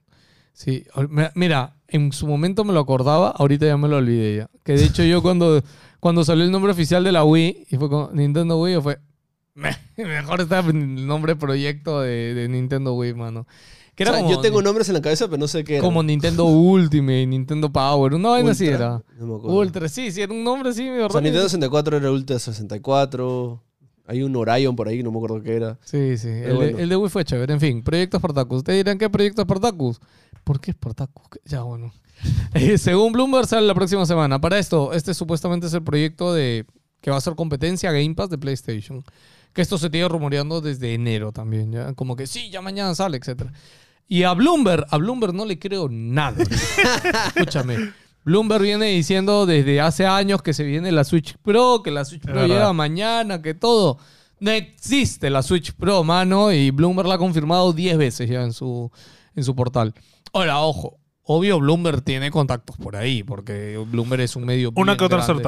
Sí, mira, en su momento me lo acordaba, ahorita ya me lo olvidé ya. Que de hecho yo cuando salió el nombre oficial de la Wii y fue con Nintendo Wii, fue mejor está el nombre proyecto de Nintendo Wii, mano. Que O era sea, como, yo tengo nombres en la cabeza, pero no sé qué era. como Nintendo Ultimate, Nintendo Power, una vaina así Ultra, era. No me acuerdo. Ultra, sí, era un nombre así medio O sea, raro. Nintendo 64 era Ultra 64. Hay un Orion por ahí, no me acuerdo qué era. Sí, sí. bueno. El de Wii fue chévere. En fin, Proyecto Spartacus. ¿Ustedes dirán qué Proyecto Spartacus? ¿Por qué Spartacus? Ya, bueno. Según Bloomberg sale la próxima semana. Para esto, este supuestamente es el proyecto que va a ser competencia a Game Pass de PlayStation. Que esto se tiene rumoreando desde enero también, ¿ya? Como que sí, ya mañana sale, etc. Y a Bloomberg no le creo nada. Escúchame. Bloomberg viene diciendo desde hace años que se viene la Switch Pro, que la Switch Pro verdad. llega mañana, que todo. No existe la Switch Pro, mano, y Bloomberg la ha confirmado 10 veces ya en su portal. Ahora, ojo, obvio Bloomberg tiene contactos por ahí, porque Bloomberg es un medio Una bien que otra grande. acertado.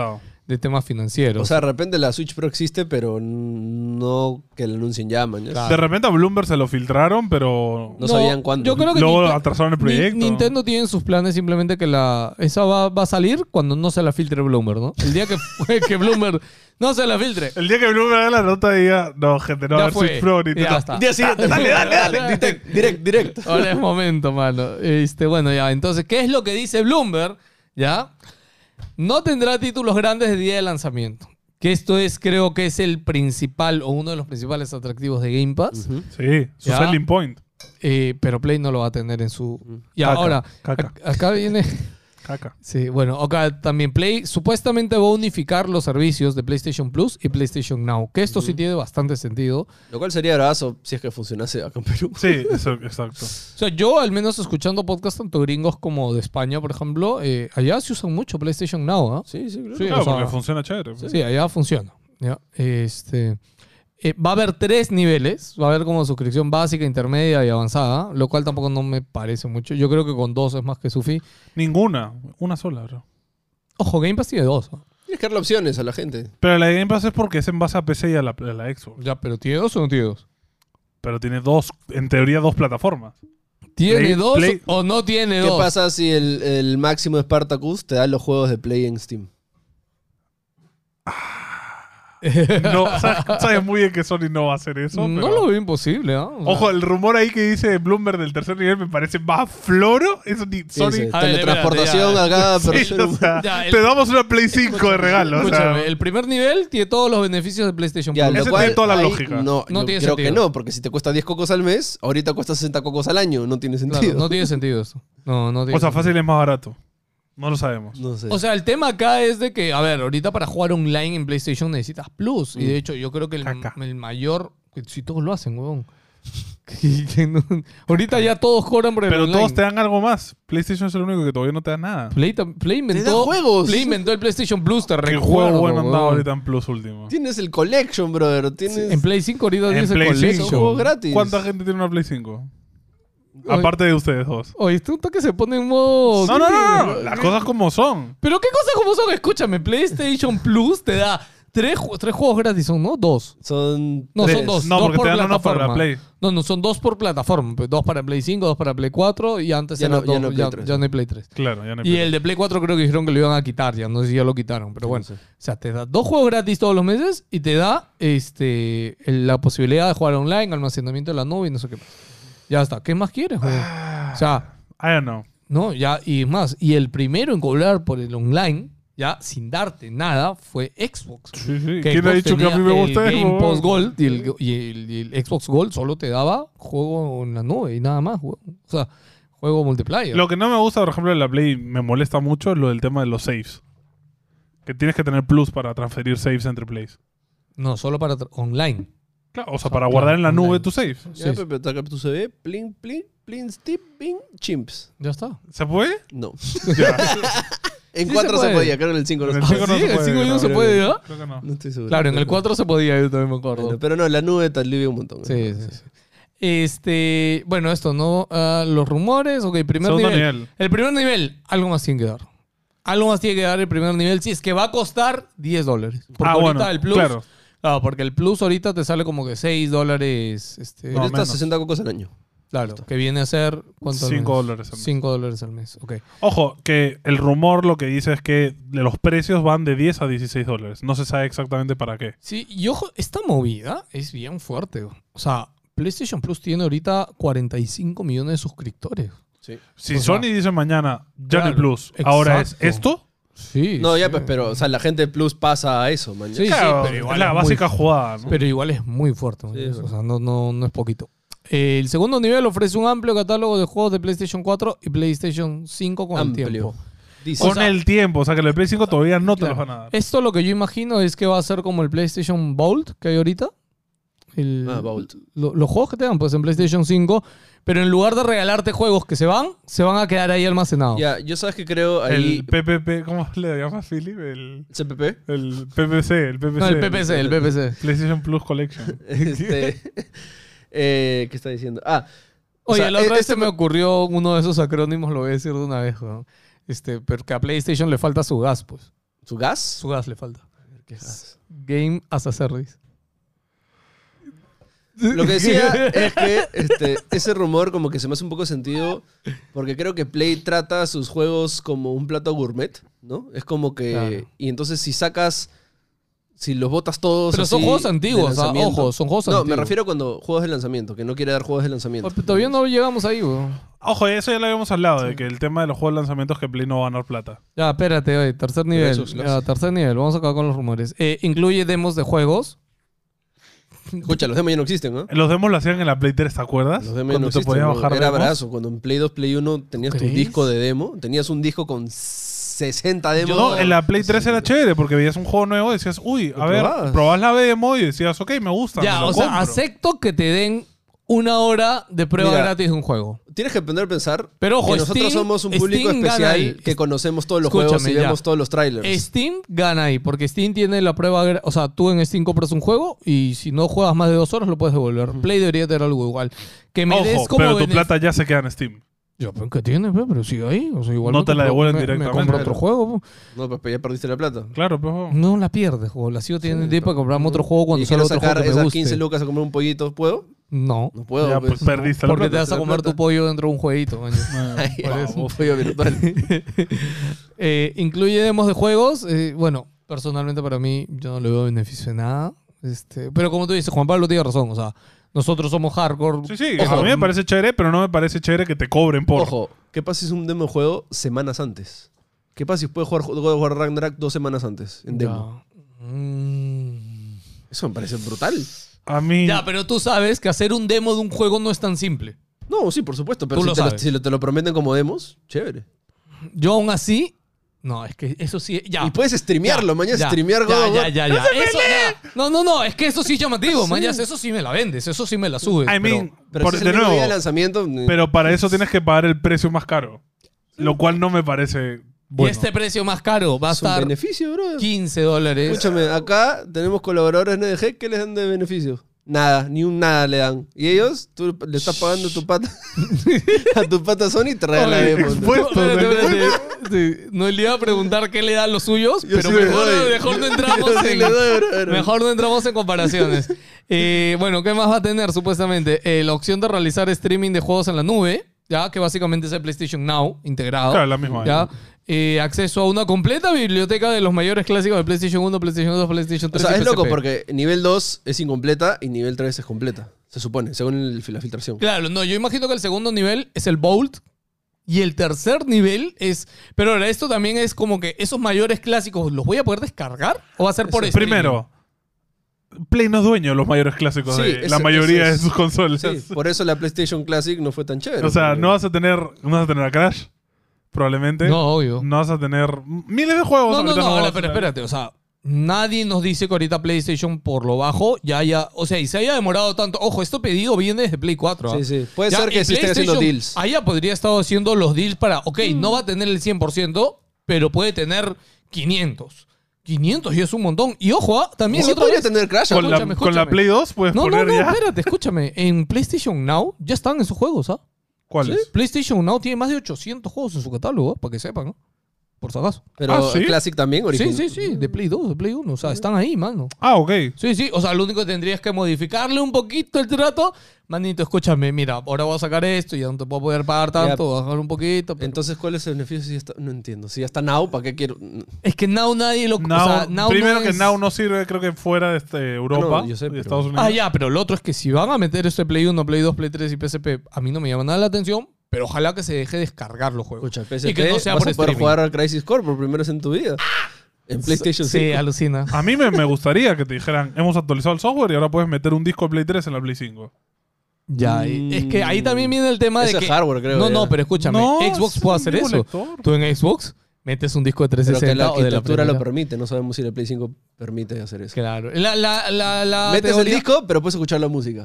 de temas financieros. O sea, de repente la Switch Pro existe, pero no que la anuncien ya, man. Claro. De repente a Bloomberg se lo filtraron, pero No sabían cuándo. Yo creo que luego atrasaron el proyecto. Nintendo tiene en sus planes simplemente que esa va a salir cuando no se la filtre Bloomberg, ¿no? El día que Bloomberg no se la filtre. El día que Bloomberg haga la nota diga, no, gente, no va a Ya haber fue. Switch Pro ni Ya nada. está. Día siguiente, dale. Direct. Ahora es momento, mano. Bueno, ya. Entonces, ¿qué es lo que dice Bloomberg? ¿Ya? No tendrá títulos grandes de día de lanzamiento. Que esto creo que es el principal o uno de los principales atractivos de Game Pass. Sí, su Ya. selling point. Pero Play no lo va a tener en su... Y Caca, ahora, caca. acá viene... Caca. Sí, bueno, acá también Play supuestamente va a unificar los servicios de PlayStation Plus y PlayStation Now, que esto sí tiene bastante sentido. Lo cual sería bravazo si es que funcionase acá en Perú. Sí, eso, exacto. O sea, yo al menos escuchando podcasts tanto gringos como de España, por ejemplo, allá se usan mucho PlayStation Now, ¿ah? Sí, claro. Sí, Claro, o sea, porque funciona chévere. pues. Sí, allá funciona. ¿Ya? Va a haber 3 niveles. Va a haber como suscripción básica, intermedia y avanzada, lo cual tampoco no me parece mucho. Yo creo que con 2 es más que sufi. Ninguna, una sola, bro. Ojo, Game Pass tiene 2. ¿ah? Tienes que darle opciones a la gente. Pero la de Game Pass es porque es en base a PC y a la Xbox. Ya, pero ¿tiene 2 o no tiene 2? Pero tiene en teoría, dos plataformas. ¿Tiene 2 Play- o no tiene ¿Qué 2? pasa si el máximo de Spartacus te da los juegos de Play en Steam? No, sabes muy bien que Sony no va a hacer eso. No pero- lo veo imposible, ¿ah? O sea, Ojo, el rumor ahí que dice Bloomberg del tercer nivel me parece más floro. Eso ni Sony. Dice, A ver, teletransportación espérate, a cada Sí, persona. o sea, Ya, te damos una Play 5 de regalo. O sea, escúchame, el primer nivel tiene todos los beneficios de PlayStation Ya, Plus. Ese lo cual tiene toda la ahí lógica. No, No yo tiene creo sentido. que no, porque si te cuesta 10 cocos al mes, ahorita cuesta 60 cocos al año. No tiene Claro, sentido. no tiene sentido eso. No tiene o sea, sentido. fácil es más barato. No lo sabemos. No sé. O sea, el tema acá es de que, a ver, ahorita para jugar online en PlayStation necesitas Plus. Y de hecho, yo creo que Caca. el mayor... Si todos lo hacen, weón. Ahorita ya todos cobran por el Pero online. todos te dan algo más. PlayStation es el único que todavía no te da nada. Play inventó... da juegos. Play inventó el PlayStation Plus, te ¿Qué recuerdo, juego bueno han dado weón. ahorita en Plus último? Tienes el Collection, brother. Tienes... En Play 5 ahorita En tienes el Play Collection. 5. Son juegos gratis. ¿Cuánta gente tiene una Play 5? Oye. Aparte de ustedes dos. Oye, esto que se pone en modo... No. Las cosas como son. Pero qué cosas como son, escúchame, PlayStation Plus te da 3 juegos gratis, son, ¿no? 2. Son No, tres. son 2. No, dos porque por te dan uno para plataforma. Play. No, son 2 por plataforma. 2 para Play 5, 2 para Play 4 y antes Ya era no- ya dos- no hay Play 3. ya no hay Play 3. Claro, ya no hay Y Play. el de Play 4 creo que dijeron que lo iban a quitar ya, no sé si ya lo quitaron, pero bueno. No sé. O sea, te da 2 juegos gratis todos los meses y te da la posibilidad de jugar online, almacenamiento de la nube y no sé qué más. Ya está. ¿Qué más quieres, güey? O sea, I don't know. no, ya, y más. Y el primero en cobrar por el online, ya sin darte nada, fue Xbox. Sí, sí. Que ¿Quién ha Xbox dicho que a mí me tenía gusta el eso? Game Pass Gold y el Xbox Gold solo te daba juego en la nube y nada más. O sea, juego multiplayer. Lo que no me gusta, por ejemplo, de la Play, me molesta mucho, es lo del tema de los saves. Que tienes que tener Plus para transferir saves entre Plays. No, solo para online. Claro, o sea, para guardar en la online. nube tus saves. Sí, Ya, sí. pero acá tu CV, plin, stip, ping, chimps. Ya está. ¿Se puede? No. Ya. En Sí 4 se se puede. podía, creo que en el 5 no En se el puede. cinco no Sí, se el puede, 5 ya no no. se puede, ¿ya? Creo que no. No estoy seguro. Claro, en el 4 se podía, yo también me acuerdo. Bueno, pero no, la nube te alivia un montón. Sí, sí, sí. Bueno, esto, ¿no? Los rumores, ok, primer Segundo nivel. nivel. El primer nivel, algo más tiene que dar. Algo más tiene que dar el primer nivel. Sí, es que va a costar $10. Porque ahorita bueno, el Plus... claro. Claro, porque el Plus ahorita te sale como que $6. Pero No, está menos. 60 cocos al año. Claro, que viene a ser... ¿cuánto al mes? $5 al mes. $5 al mes, ok. Ojo, que el rumor lo que dice es que los precios van de 10 a $16. No se sabe exactamente para qué. Sí, y ojo, esta movida es bien fuerte. O sea, PlayStation Plus tiene ahorita 45 millones de suscriptores. Sí. Si O sea, Sony dice mañana, ya no hay claro, Plus, ahora es exacto. esto, Sí. No, ya, sí. pues, pero, o sea, la gente de Plus pasa a eso, man. Sí, claro, pero igual es la es muy- básica jugada, ¿no? Pero igual es muy fuerte. ¿no? Sí, es O sea, no es poquito. El segundo nivel ofrece un amplio catálogo de juegos de PlayStation 4 y PlayStation 5 con Amplio. el tiempo. Dice. Con el tiempo, o sea que el Play 5 todavía no te Claro. los van a dar. Esto lo que yo imagino es que va a ser como el PlayStation Vault que hay ahorita. Vault. Los juegos que te dan pues en PlayStation 5, pero en lugar de regalarte juegos que se van a quedar ahí almacenados. Ya, yo sabes que creo ahí. El PPP, ¿cómo le llamas, Philip? CPP. El PPC. No, el PPC. PlayStation Plus Collection. ¿Qué está diciendo? Ah. o Oye, sea, la otra vez este se me ocurrió uno de esos acrónimos, lo voy a decir de una vez, ¿no? Pero que a PlayStation le falta su gas, pues. ¿Su gas? Su gas le falta. ¿Qué gas? Game as a Service. Lo que decía es que ese rumor como que se me hace un poco sentido porque creo que Play trata sus juegos como un plato gourmet, ¿no? Es como que... Claro. Y entonces si los botas todos Pero son así juegos de antiguos, lanzamiento- ojo, son juegos antiguos. No, me refiero cuando juegos de lanzamiento, que no quiere dar juegos de lanzamiento. Pero todavía no llegamos ahí, weón. Ojo, eso ya lo habíamos hablado, de que el tema de los juegos de lanzamiento es que Play no va a ganar plata. Ya, espérate, oye, tercer nivel. esos Ya, los- tercer nivel, vamos a acabar con los rumores. Incluye demos de juegos. Escucha, los demos ya no existen, ¿no? Los demos lo hacían en la Play 3, ¿te acuerdas? Los demos Cuando no te existen. podías ¿no? bajar Era demos. brazo. Cuando en Play 2, Play 1 tenías tu ¿Crees? disco de demo. Tenías un disco con 60 demos. No, en la Play 3 era chévere porque veías un juego nuevo y decías, uy, a Lo ver, probabas. probabas la demo y decías, ok, me gusta. Ya, me lo o sea, compro. acepto que te den 1 hora de prueba Mira, gratis de un juego. Tienes que aprender a pensar Pero ojo, que nosotros Steam- somos un público Steam gana ahí. especial que conocemos todos los Escúchame, juegos y ya. vemos todos los trailers. Steam gana ahí, porque Steam tiene la prueba... O sea, tú en Steam compras un juego y si no juegas más de 2 horas lo puedes devolver. Play debería tener algo igual. Que me des Ojo, como pero tu benef- plata ya se queda en Steam. Ya, pero ¿qué tiene? Pero sigue ahí. O sea, igual No te la devuelven directamente. Me compro otro juego. po. No, pues ya perdiste la plata. Claro, pero... No la pierdes, juego. La sigo teniendo Sí, para comprarme otro juego cuando ¿Y quieres salga otro juego sacar que me esas guste. 15 lucas a comprar un pollito? ¿Puedo? No. No puedo. ya, pues perdiste la Porque te plata. vas a comer tu pollo dentro de un jueguito, man. Ay, Por eso. un pollo virtual. Incluye demos de juegos. Bueno, personalmente para mí yo no le veo beneficio de nada. Pero como tú dices, Juan Pablo tiene razón. O sea, nosotros somos hardcore. Sí, sí, Ojo, a mí me parece chévere, pero no me parece chévere que te cobren por... Ojo, ¿qué pasa si es un demo de juego semanas antes? ¿Qué pasa si puedes jugar God of War Ragnarok 2 semanas antes en demo? Ya. Mm. Eso me parece brutal. A mí... Ya, pero tú sabes que hacer un demo de un juego no es tan simple. No, sí, por supuesto. Pero Tú lo si, sabes. te lo prometen como demos, chévere. Yo aún así... No, es que eso sí... Ya. Y puedes streamearlo, mañana Ya, streamear God of ya, War. ya. Eso, ya. No, es que eso sí es llamativo, mañana. Eso sí me la vendes, eso sí me la subes. I mean, Pero por- si es de el mismo nuevo, día de lanzamiento... pero para eso tienes que pagar el precio más caro. Lo cual no me parece Y bueno. este precio más caro va a es un estar beneficio, bro. $15. Escúchame, acá tenemos colaboradores NDG que les dan de beneficio. Nada, ni un nada le dan. Y ellos, tú le estás pagando tu pata a tu pata Sony y te regalan la Oye, demo. expuesto. Espérate. Sí, no le iba a preguntar qué le dan los suyos, Yo pero sí le mejor, doy. mejor no entramos Yo sí en... le doy, brother. Mejor no entramos en comparaciones. Bueno, ¿qué más va a tener supuestamente? La opción de realizar streaming de juegos en la nube, ya que básicamente es el PlayStation Now integrado. Claro, la misma. ¿Ya? Acceso a una completa biblioteca de los mayores clásicos de PlayStation 1, PlayStation 2, PlayStation O 3 sea, y es loco PSP. porque nivel 2 es incompleta y nivel 3 es completa. Se supone, según la filtración. Claro, no, yo imagino que el segundo nivel es el Bolt y el tercer nivel es... Pero ahora, esto también es como que esos mayores clásicos, ¿los voy a poder descargar? ¿O va a ser por streaming? Primero, Play no es dueño de los mayores clásicos Sí, de eso- la mayoría eso de es. sus consolas. Sí, por eso la PlayStation Classic no fue tan chévere. O sea, porque- no vas a tener a Crash, probablemente. No, obvio. No vas a tener miles de juegos. No, no, ahorita no, vas ahora, a pero tener. espérate, o sea, nadie nos dice que ahorita PlayStation por lo bajo ya haya, o sea, y se haya demorado tanto. Ojo, esto pedido viene desde Play 4. ¿ah? Sí, sí. Puede Ya, ser que y sí estén haciendo PlayStation deals. Allá podría estar haciendo los deals para, ok, no va a tener el 100%, pero puede tener 500. 500 y es un montón. Y ojo, también Sí otra podría vez- tener Crash. Con la, Escúchame, con la escúchame. Play 2 puedes No, no, poner no, ya. espérate, escúchame. En PlayStation Now ya están esos juegos, ¿ah? ¿Cuáles? PlayStation Now tiene más de 800 juegos en su catálogo, para que sepan, ¿no? Por si acaso. Pero Ah, ¿sí? Classic también, Sí, original. sí, sí, de Play 2, de Play 1. O sea, están ahí, mano. Ah, ok. Sí, sí. O sea, lo único que tendrías que modificarle un poquito el trato. Manito, escúchame, mira, ahora voy a sacar esto y ya no te puedo poder pagar tanto, bajar un poquito. pero- Entonces, ¿cuál es el beneficio si ya está? No entiendo. Si ya está Now, ¿para qué quiero? Es que Now nadie lo... Now, o sea, Now primero no que es- Now no sirve, creo que fuera de Europa no, yo sé, y pero- Estados Unidos. Ah, ya, pero lo otro es que si van a meter este Play 1, Play 2, Play 3 y PSP, a mí no me llama nada la atención, pero ojalá que se deje descargar los juegos. Escucha, PSP, Y que no sea vas por a poder streaming. jugar a Crisis Core por primera vez en tu vida. En PlayStation 5. Sí, alucina. A mí me gustaría que te dijeran, hemos actualizado el software y ahora puedes meter un disco de Play 3 en la Play 5. Ya, es que ahí también viene el tema de Eso que... es hardware, creo, No, ya. no, pero escúchame, No, Xbox es puede un hacer mismo eso. lector. Tú en Xbox metes un disco de Pero que 360 la o de la arquitectura primera. lo permite. No sabemos si la Play 5 permite hacer eso. Claro. La Metes teoría- el disco, pero puedes escuchar la música.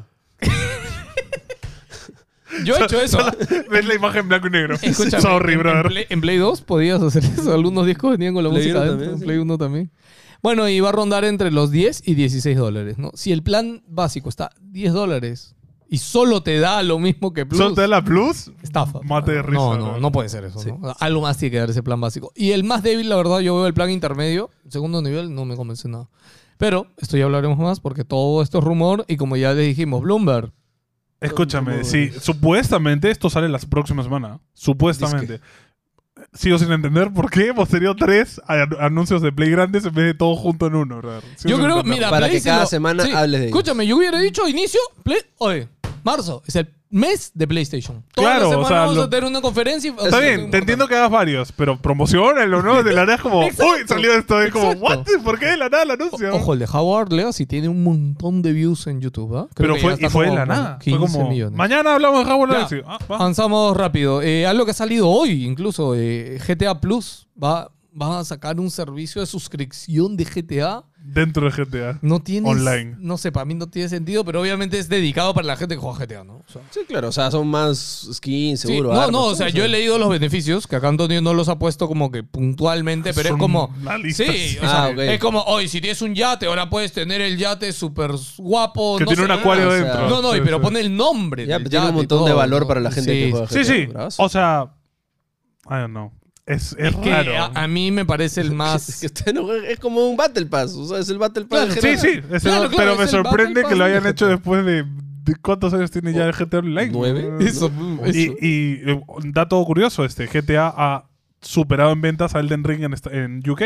Yo he hecho eso. ¿Ves la imagen en blanco y negro? Escúchame, Sorry, en brother. En Play 2 podías hacer eso. Algunos discos venían con la Play música 1 adentro. también, En sí. Play 1 también. Bueno, y va a rondar entre los $10 y $16, ¿no? Si el plan básico está $10, y solo te da lo mismo que Plus. ¿Solo te da la Plus? Estafa. Mate de risa. No puede ser eso. Sí. ¿no? Algo más tiene que dar ese plan básico. Y el más débil, la verdad, yo veo el plan intermedio. El segundo nivel no me convence nada. Pero esto ya hablaremos más porque todo esto es rumor y como ya le dijimos, Bloomberg. Escúchame, sí, supuestamente esto sale la próxima semana. Supuestamente. Sigo sin entender por qué hemos tenido 3 anuncios de Play grandes en vez de todo junto en uno. Sigo Yo sin creo, entender. mira, Para Play que se cada lo- semana hables de ellos. Escúchame, yo hubiera dicho inicio, Play. Oye, marzo es el mes de PlayStation. Toda Claro, la semana o sea, vamos lo- a tener una conferencia. y- Está bien, te entiendo que hagas varios, pero promocionalo, ¿no? De la nada es como, Exacto. uy, salió esto. Es como, Exacto. what? ¿Por qué de la nada el anuncio? Ojo, el de Howard Legacy tiene un montón de views en YouTube, ¿ah? Creo Pero que fue, ya está y fue de como la con nada. Fue 15 como, millones. mañana hablamos de Howard Ya. Legacy. Ah, va. Avanzamos rápido. Algo que ha salido hoy, incluso, GTA Plus va a sacar un servicio de suscripción de GTA. Dentro de GTA. No tiene. Online. No sé, para mí no tiene sentido, pero obviamente es dedicado para la gente que juega GTA, ¿no? O sea, Sí, claro, o sea, son más skins, sí, seguro. no, armas, no, o todo, sea, yo he leído los beneficios, que acá Antonio no los ha puesto como que puntualmente, pero es Son como. una lista. Sí, o sea, Ah, ok. es como, hoy si tienes un yate, ahora puedes tener el yate súper guapo. Que no tiene sé, un acuario o sea, dentro. No, Sí, pero sí. pone el nombre. Ya, del pero tiene un yate y montón de todo, valor ¿no? para la gente Sí, que juega Sí, GTA, sí. bravazo. O sea, I don't know. Es que raro. a mí me parece el Es más. que usted no juega- es como un Battle Pass, o sea, es el Battle Pass. Claro, del Sí, GTA. sí. Claro, pero es me el sorprende Battle que lo Pass hayan de hecho GTA. después de ¿cuántos años tiene ya el GTA Online? 9. Eso, Y un dato curioso, GTA ha superado en ventas a Elden Ring en UK.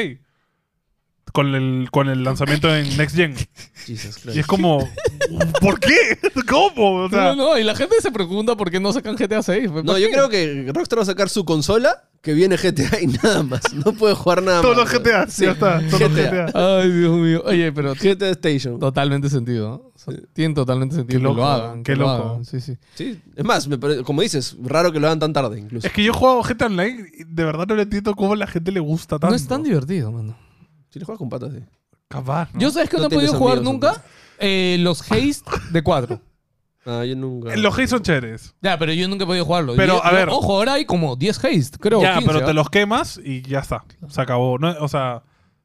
Con el lanzamiento en Next Gen. Jesus Christ. Y es como, ¿por qué? ¿Cómo? O sea, no, y la gente se pregunta por qué no sacan GTA 6. No, yo creo que Rockstar va a sacar su consola, que viene GTA y nada más. No puede jugar nada todos más. los GTA, Sí, ya está. Todos los GTA. GTA. Ay, Dios mío. Oye, pero GTA Station. totalmente sentido, ¿no? O sea, tienen totalmente sentido Qué que loco, lo hagan. qué que lo loco. hagan. Sí, sí. Sí, es más, como dices, raro que lo hagan tan tarde incluso. Es que yo he jugado GTA Online y de verdad no le entiendo cómo a la gente le gusta tanto. No es tan divertido, mano. Si le juegas con patas, sí. Capaz, ¿no? Yo sabes que no, No he podido tienes jugar amigos, nunca los Haste de 4. Ah, yo nunca. Los Haze son chéveres. Ya, pero yo nunca he podido jugarlo. Pero, Y- a ver. Ojo, ahora hay como 10 Haste, creo. Ya, 15, pero te ¿ah? los quemas y ya está. Se acabó. No, o sea.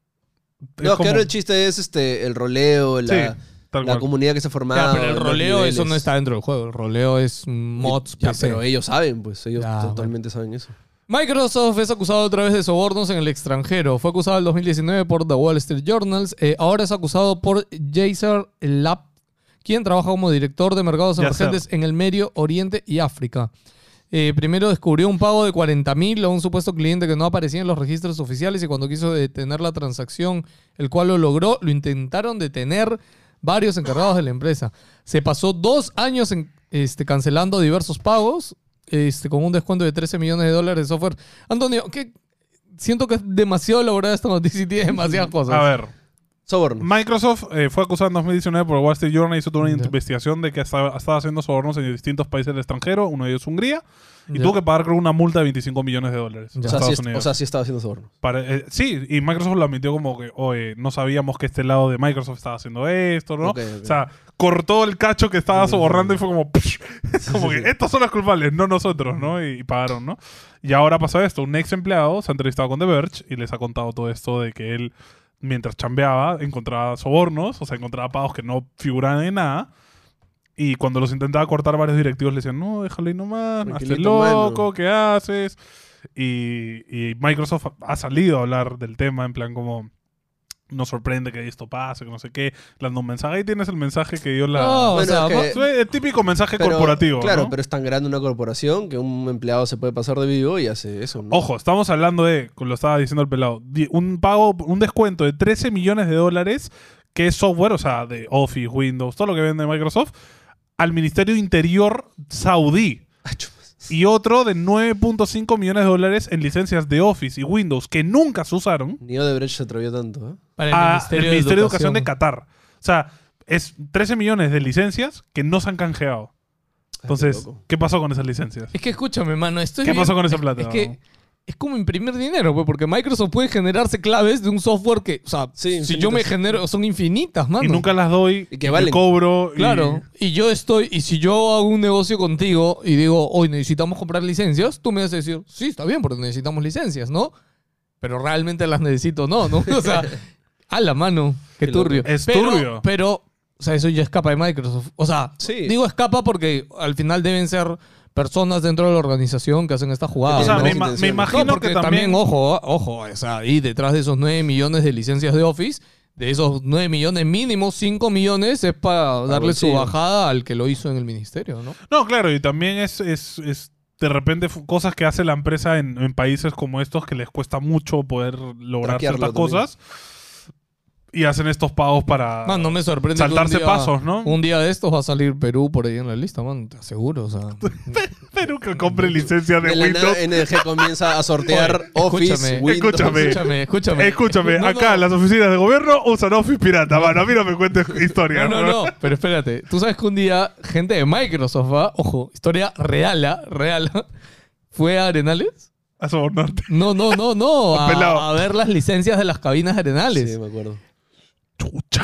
es No, es que como- ahora el chiste es el roleo, Sí, la tal la cual. comunidad que se ha formado. Ya, pero el los roleo, eso niveles. no está dentro del juego. El roleo es mods, Ya, PC. pero ellos saben, pues ellos Ya, totalmente saben eso. Microsoft es acusado otra vez de sobornos en el extranjero. Fue acusado en el 2019 por The Wall Street Journal. Ahora es acusado por Jaser Lab, quien trabaja como director de mercados Yasser. emergentes en el Medio Oriente y África. Primero descubrió un pago de 40.000 a un supuesto cliente que no aparecía en los registros oficiales y cuando quiso detener la transacción, el cual lo logró, lo intentaron detener varios encargados de la empresa. Se pasó 2 años cancelando diversos pagos con un descuento de $13 millones de software. Antonio, siento que es demasiado elaborada esta noticia y tiene demasiadas cosas. A ver. Soborno. Microsoft fue acusado en 2019 por Wall Street Journal y hizo toda una Ya. investigación de que estaba haciendo sobornos en distintos países del extranjero, uno de ellos Hungría, y Ya. tuvo que pagar creo una multa de $25 millones Ya. a O sea, Estados sí, Unidos. o sea, sí estaba haciendo soborno. Sí, y Microsoft lo admitió como que, oye, no sabíamos que este lado de Microsoft estaba haciendo esto, ¿no? Ok, ok. O sea, cortó el cacho que estaba sobornando y fue como, como que estos son los culpables, no nosotros, ¿no? Y pagaron, ¿no? Y ahora pasó esto, un ex empleado se ha entrevistado con The Verge y les ha contado todo esto de que él, mientras chambeaba, encontraba sobornos, o sea, encontraba pagos que no figuraban en nada. Y cuando los intentaba cortar, varios directivos le decían, no, déjalo ahí nomás, hazte Tranquilito, loco, mano. ¿qué haces? Y Microsoft ha salido a hablar del tema, en plan como, nos sorprende que esto pase, que no sé qué. Le dando un mensaje. Ahí tienes el mensaje que dio la... No, o Bueno, sea, es que- Es el típico mensaje Pero, corporativo, Claro, ¿no? pero es tan grande una corporación que un empleado se puede pasar de vivo y hace eso, ¿no? Ojo, estamos hablando de, como lo estaba diciendo el pelado, un pago, un descuento de $13 millones que es software, o sea, de Office, Windows, todo lo que vende Microsoft, al Ministerio Interior saudí. Ah, chupas. Y otro de $9.5 millones en licencias de Office y Windows que nunca se usaron Ni Odebrecht se atrevió tanto, ¿eh? para al Ministerio de Educación de Qatar. O sea, es 13 millones de licencias que no se han canjeado. Entonces, Ay, qué loco. ¿qué pasó con esas licencias? Es que escúchame, mano, esto es ¿Qué bien- pasó con esa plata? Es que es como imprimir dinero, pues, porque Microsoft puede generarse claves de un software que, o sea, Sí, si yo me infinitas. genero, son infinitas, mano. Y nunca las doy, Y que me valen. cobro. Claro, y si yo hago un negocio contigo y digo, hoy necesitamos comprar licencias, tú me vas a decir, sí, está bien, porque necesitamos licencias, ¿no? Pero realmente las necesito, no, ¿no? O sea, a la mano, qué Qué loco. turbio. Es turbio. Pero O sea, eso ya escapa de Microsoft. O sea, Sí. digo escapa porque al final deben ser personas dentro de la organización que hacen esta jugada. O sea, no, me, no, ima- me imagino No, porque que también... ojo, o sea, ahí detrás de esos 9 millones de licencias de Office, de esos 9 millones mínimo, 5 millones es para darle su bolsillo. bajada al que lo hizo en el ministerio, ¿no? No, claro, y también es de repente cosas que hace la empresa en países como estos que les cuesta mucho poder lograr Traquearlo ciertas también. cosas y hacen estos pagos para Man, no me sorprende saltarse que un día, pasos, ¿no? Un día de estos va a salir Perú por ahí en la lista, man, te aseguro, o sea. Pero que compre licencia de De la nada, Windows. NG comienza a sortear Oye, Office, escúchame, Windows. Escúchame. No, Acá no. las oficinas de gobierno usan Office pirata, mano. A mí no me cuentes historia. No, pero espérate. Tú sabes que un día gente de Microsoft, ojo, historia real, fue a Arenales. A sobornarte. No, Pelado. a ver las licencias de las cabinas de Arenales. Sí, me acuerdo. Chucha.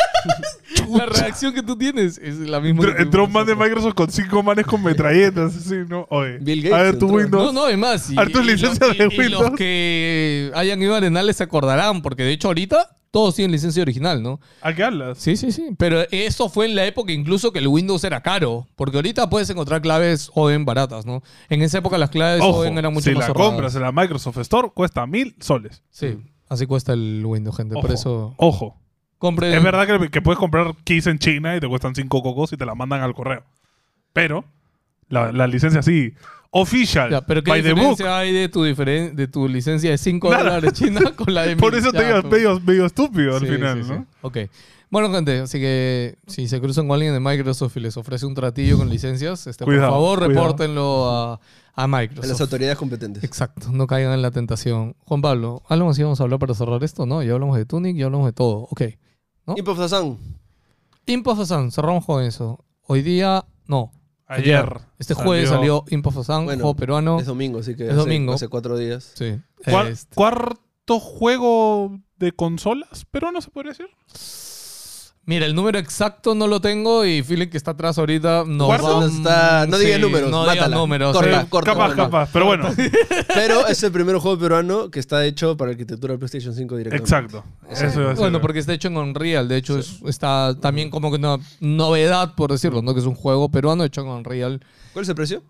La reacción que tú tienes es la misma. que Entró un tuvimos man de nosotros. Microsoft con 5 manes con metralletas, así, ¿no? Oye, Bill Gates a ver tu entró. Windows. No, además. A ver tus licencias de y Windows. los que hayan ido a Arenales se acordarán, porque de hecho ahorita todos tienen licencia original, ¿no? ¿A qué hablas? Sí. Pero eso fue en la época incluso que el Windows era caro. Porque ahorita puedes encontrar claves ODEN baratas, ¿no? En esa época las claves Ojo, ODEN eran mucho si más la ahorradas. compras en la Microsoft Store, cuesta 1.000 soles. Sí, así cuesta el Windows, gente. Por Ojo, eso Ojo. compren. Es verdad que puedes comprar keys en China y te cuestan 5 cocos y te la mandan al correo. Pero la licencia sí. Official. Ya, pero ¿qué by the book. diferencia hay de de tu licencia de 5 Nada. dólares china con la de Por 1000? eso te Ya, digo, pues. medio estúpido al Sí, final, sí, ¿no? sí. Ok. Bueno, gente, así que si se cruzan con alguien de Microsoft y les ofrece un tratillo con licencias, por Cuidado, favor, cuidado. repórtenlo a A las Microsoft. autoridades competentes. Exacto, no caigan en la tentación. Juan Pablo, ¿algo más íbamos a hablar para cerrar esto? No, ya hablamos de Tunic, ya hablamos de todo. Ok. ¿no? Imp of the Sun. Imp of the Sun, cerramos con eso. Hoy día, no. Ayer. Este jueves salió Imp of the Sun, Bueno, juego peruano. Es domingo, así que Es domingo. hace 4 días. Sí. ¿Cuarto juego de consolas? ¿Pero no se podría decir? Mira, el número exacto no lo tengo y Philip que está atrás ahorita no ¿Cuarto? No digas números, no digas mátala. números. Corta, sí. corta. Capaz. Pero bueno, Pero es el primer juego peruano que está hecho para arquitectura de PlayStation 5 directamente. exacto. Eso iba a decir. Bueno, porque está hecho en Unreal. De hecho, está también como que una novedad, por decirlo, ¿no? Que es un juego peruano hecho en Unreal. ¿Cuál es el precio?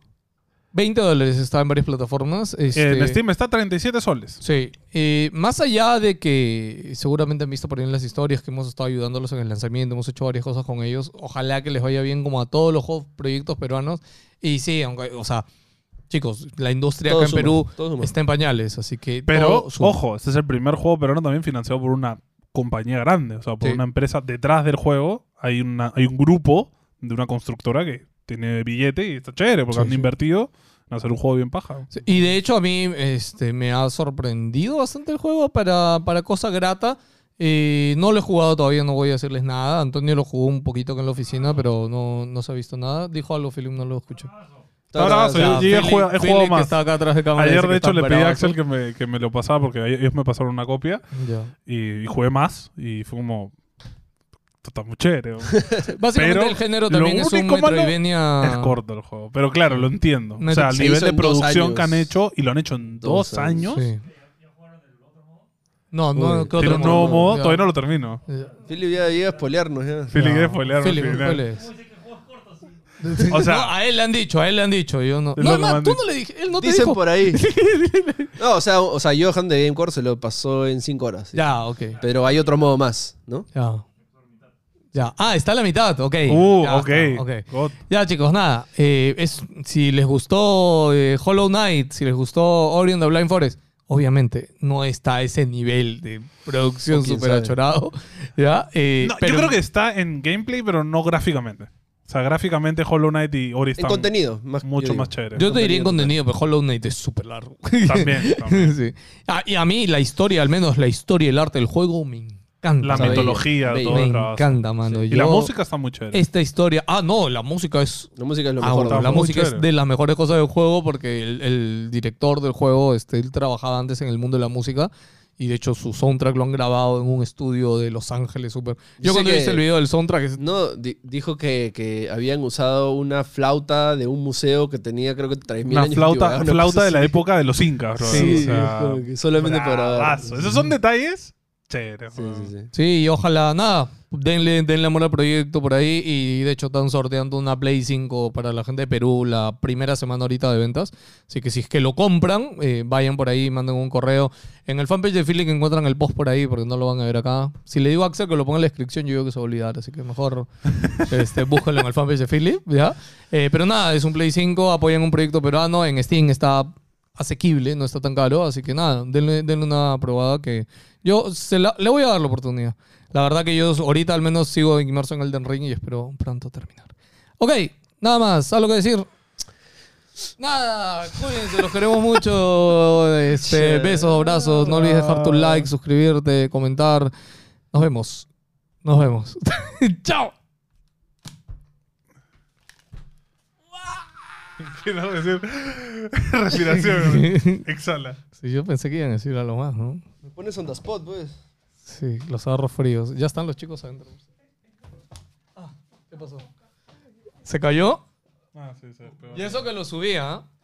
$20 está en varias plataformas. En Steam está 37 soles. Sí. Más allá de que seguramente han visto por ahí en las historias que hemos estado ayudándolos en el lanzamiento, hemos hecho varias cosas con ellos. Ojalá que les vaya bien como a todos los juegos, proyectos peruanos. Y sí, aunque, o sea, chicos, la industria Todo acá en suma, Perú todo suma. está en pañales, así que Pero, todo suma. ojo, este es el primer juego peruano también financiado por una compañía grande. O sea, por Sí. una empresa detrás del juego. Hay un grupo de una constructora que tiene billete y está chévere porque Sí, han sí. invertido en hacer un juego bien paja. Sí, y de hecho a mí me ha sorprendido bastante el juego para cosa grata. No lo he jugado todavía, no voy a decirles nada. Antonio lo jugó un poquito acá en la oficina, pero no se ha visto nada. Dijo algo, Philip, no lo escuché. Ahora, Está- yo llegué a jugar- he jugado Philip, más. que está acá atrás de cámara, Ayer, dice de que hecho, está le pedí a bravazo. Axel que me lo pasara porque ellos me pasaron una copia Ya. y jugué más y fue como... Esto está muy chévere. Básicamente Pero el género lo también es un único malo Metroidvania. Es corto el juego. Pero claro, lo entiendo. O sea, al Se nivel hizo de en 2 producción años. que han hecho y lo han hecho en 2 2 años. Sí. No, Uy, ¿qué Tiene otro un nuevo modo, Ya. todavía no lo termino. Philip ya llega a spoilearnos ya. Philip Ya. quiere spoilearme al Philip, final. ¿cuál es? O sea, No, a él le han dicho, yo no. Es lo No, que me man, han tú dicho. no le dije, él no te Dicen dijo. por ahí. No, o sea, Johan de GameCore se lo pasó en 5 horas. Ya, ok. Pero hay otro modo más, ¿no? Ya. Ya. Ah, está a la mitad, ok. Ya ok. está, ok. God. Ya, chicos, nada. Si les gustó Hollow Knight, si les gustó Ori and the Blind Forest, obviamente no está a ese nivel de producción O quién súper sabe. achorado. ¿Ya? No, Pero- yo creo que está en gameplay, pero no gráficamente. O sea, gráficamente Hollow Knight y Ori En están contenido. mucho más chévere. Yo te diría en contenido, contenido, pero Hollow Knight es súper largo. También. Sí. Y a mí la historia, al menos la historia y el arte del juego, me encanta. La Está mitología, bello, todo me el trabajo. encanta, mano. Y Yo- la música está muy chévere. Esta historia... Ah, no, la música es... La música es lo Ah, mejor. bueno, está la muy música es chévere. de las mejores cosas del juego porque el director del juego, él trabajaba antes en el mundo de la música y de hecho su soundtrack lo han grabado en un estudio de Los Ángeles. Súper. Yo Dice cuando que- hice el video del soundtrack... No, dijo que habían usado una flauta de un museo que tenía creo que 3.000 Una años. flauta, antigüedad, una flauta cosa de la así. época de los incas, bro. Sí, o sea, como que solamente para... bravazo. Esos son detalles Chévere. Sí, sí, sí. Sí, y ojalá, nada, denle amor al proyecto por ahí. Y de hecho están sorteando una Play 5 para la gente de Perú la primera semana ahorita de ventas. Así que si es que lo compran, vayan por ahí, manden un correo. En el fanpage de Philly que encuentran el post por ahí, porque no lo van a ver acá. Si le digo a Axel que lo ponga en la descripción, yo digo que se va a olvidar. Así que mejor búsquenlo en el fanpage de Philly, ¿ya? Pero nada, es un Play 5, apoyan un proyecto peruano. En Steam está asequible, no está tan caro. Así que nada, denle una probada que yo le voy a dar la oportunidad. La verdad que yo ahorita al menos sigo inmerso en Elden Ring y espero pronto terminar. Ok, nada más, ¿algo que decir? Nada, cuídense, los queremos mucho. Besos, abrazos. No olvides dejar tu like, suscribirte, comentar. Nos vemos. Chao. Quiero decir respiración. Exhala. Sí, yo pensé que iban a decir algo más, ¿no? Me pones on the spot, pues. Sí, los agarros fríos. Ya están los chicos adentro. ¿Qué pasó? ¿Se cayó? Ah, sí, sí. Y eso que lo subía, ¿ah?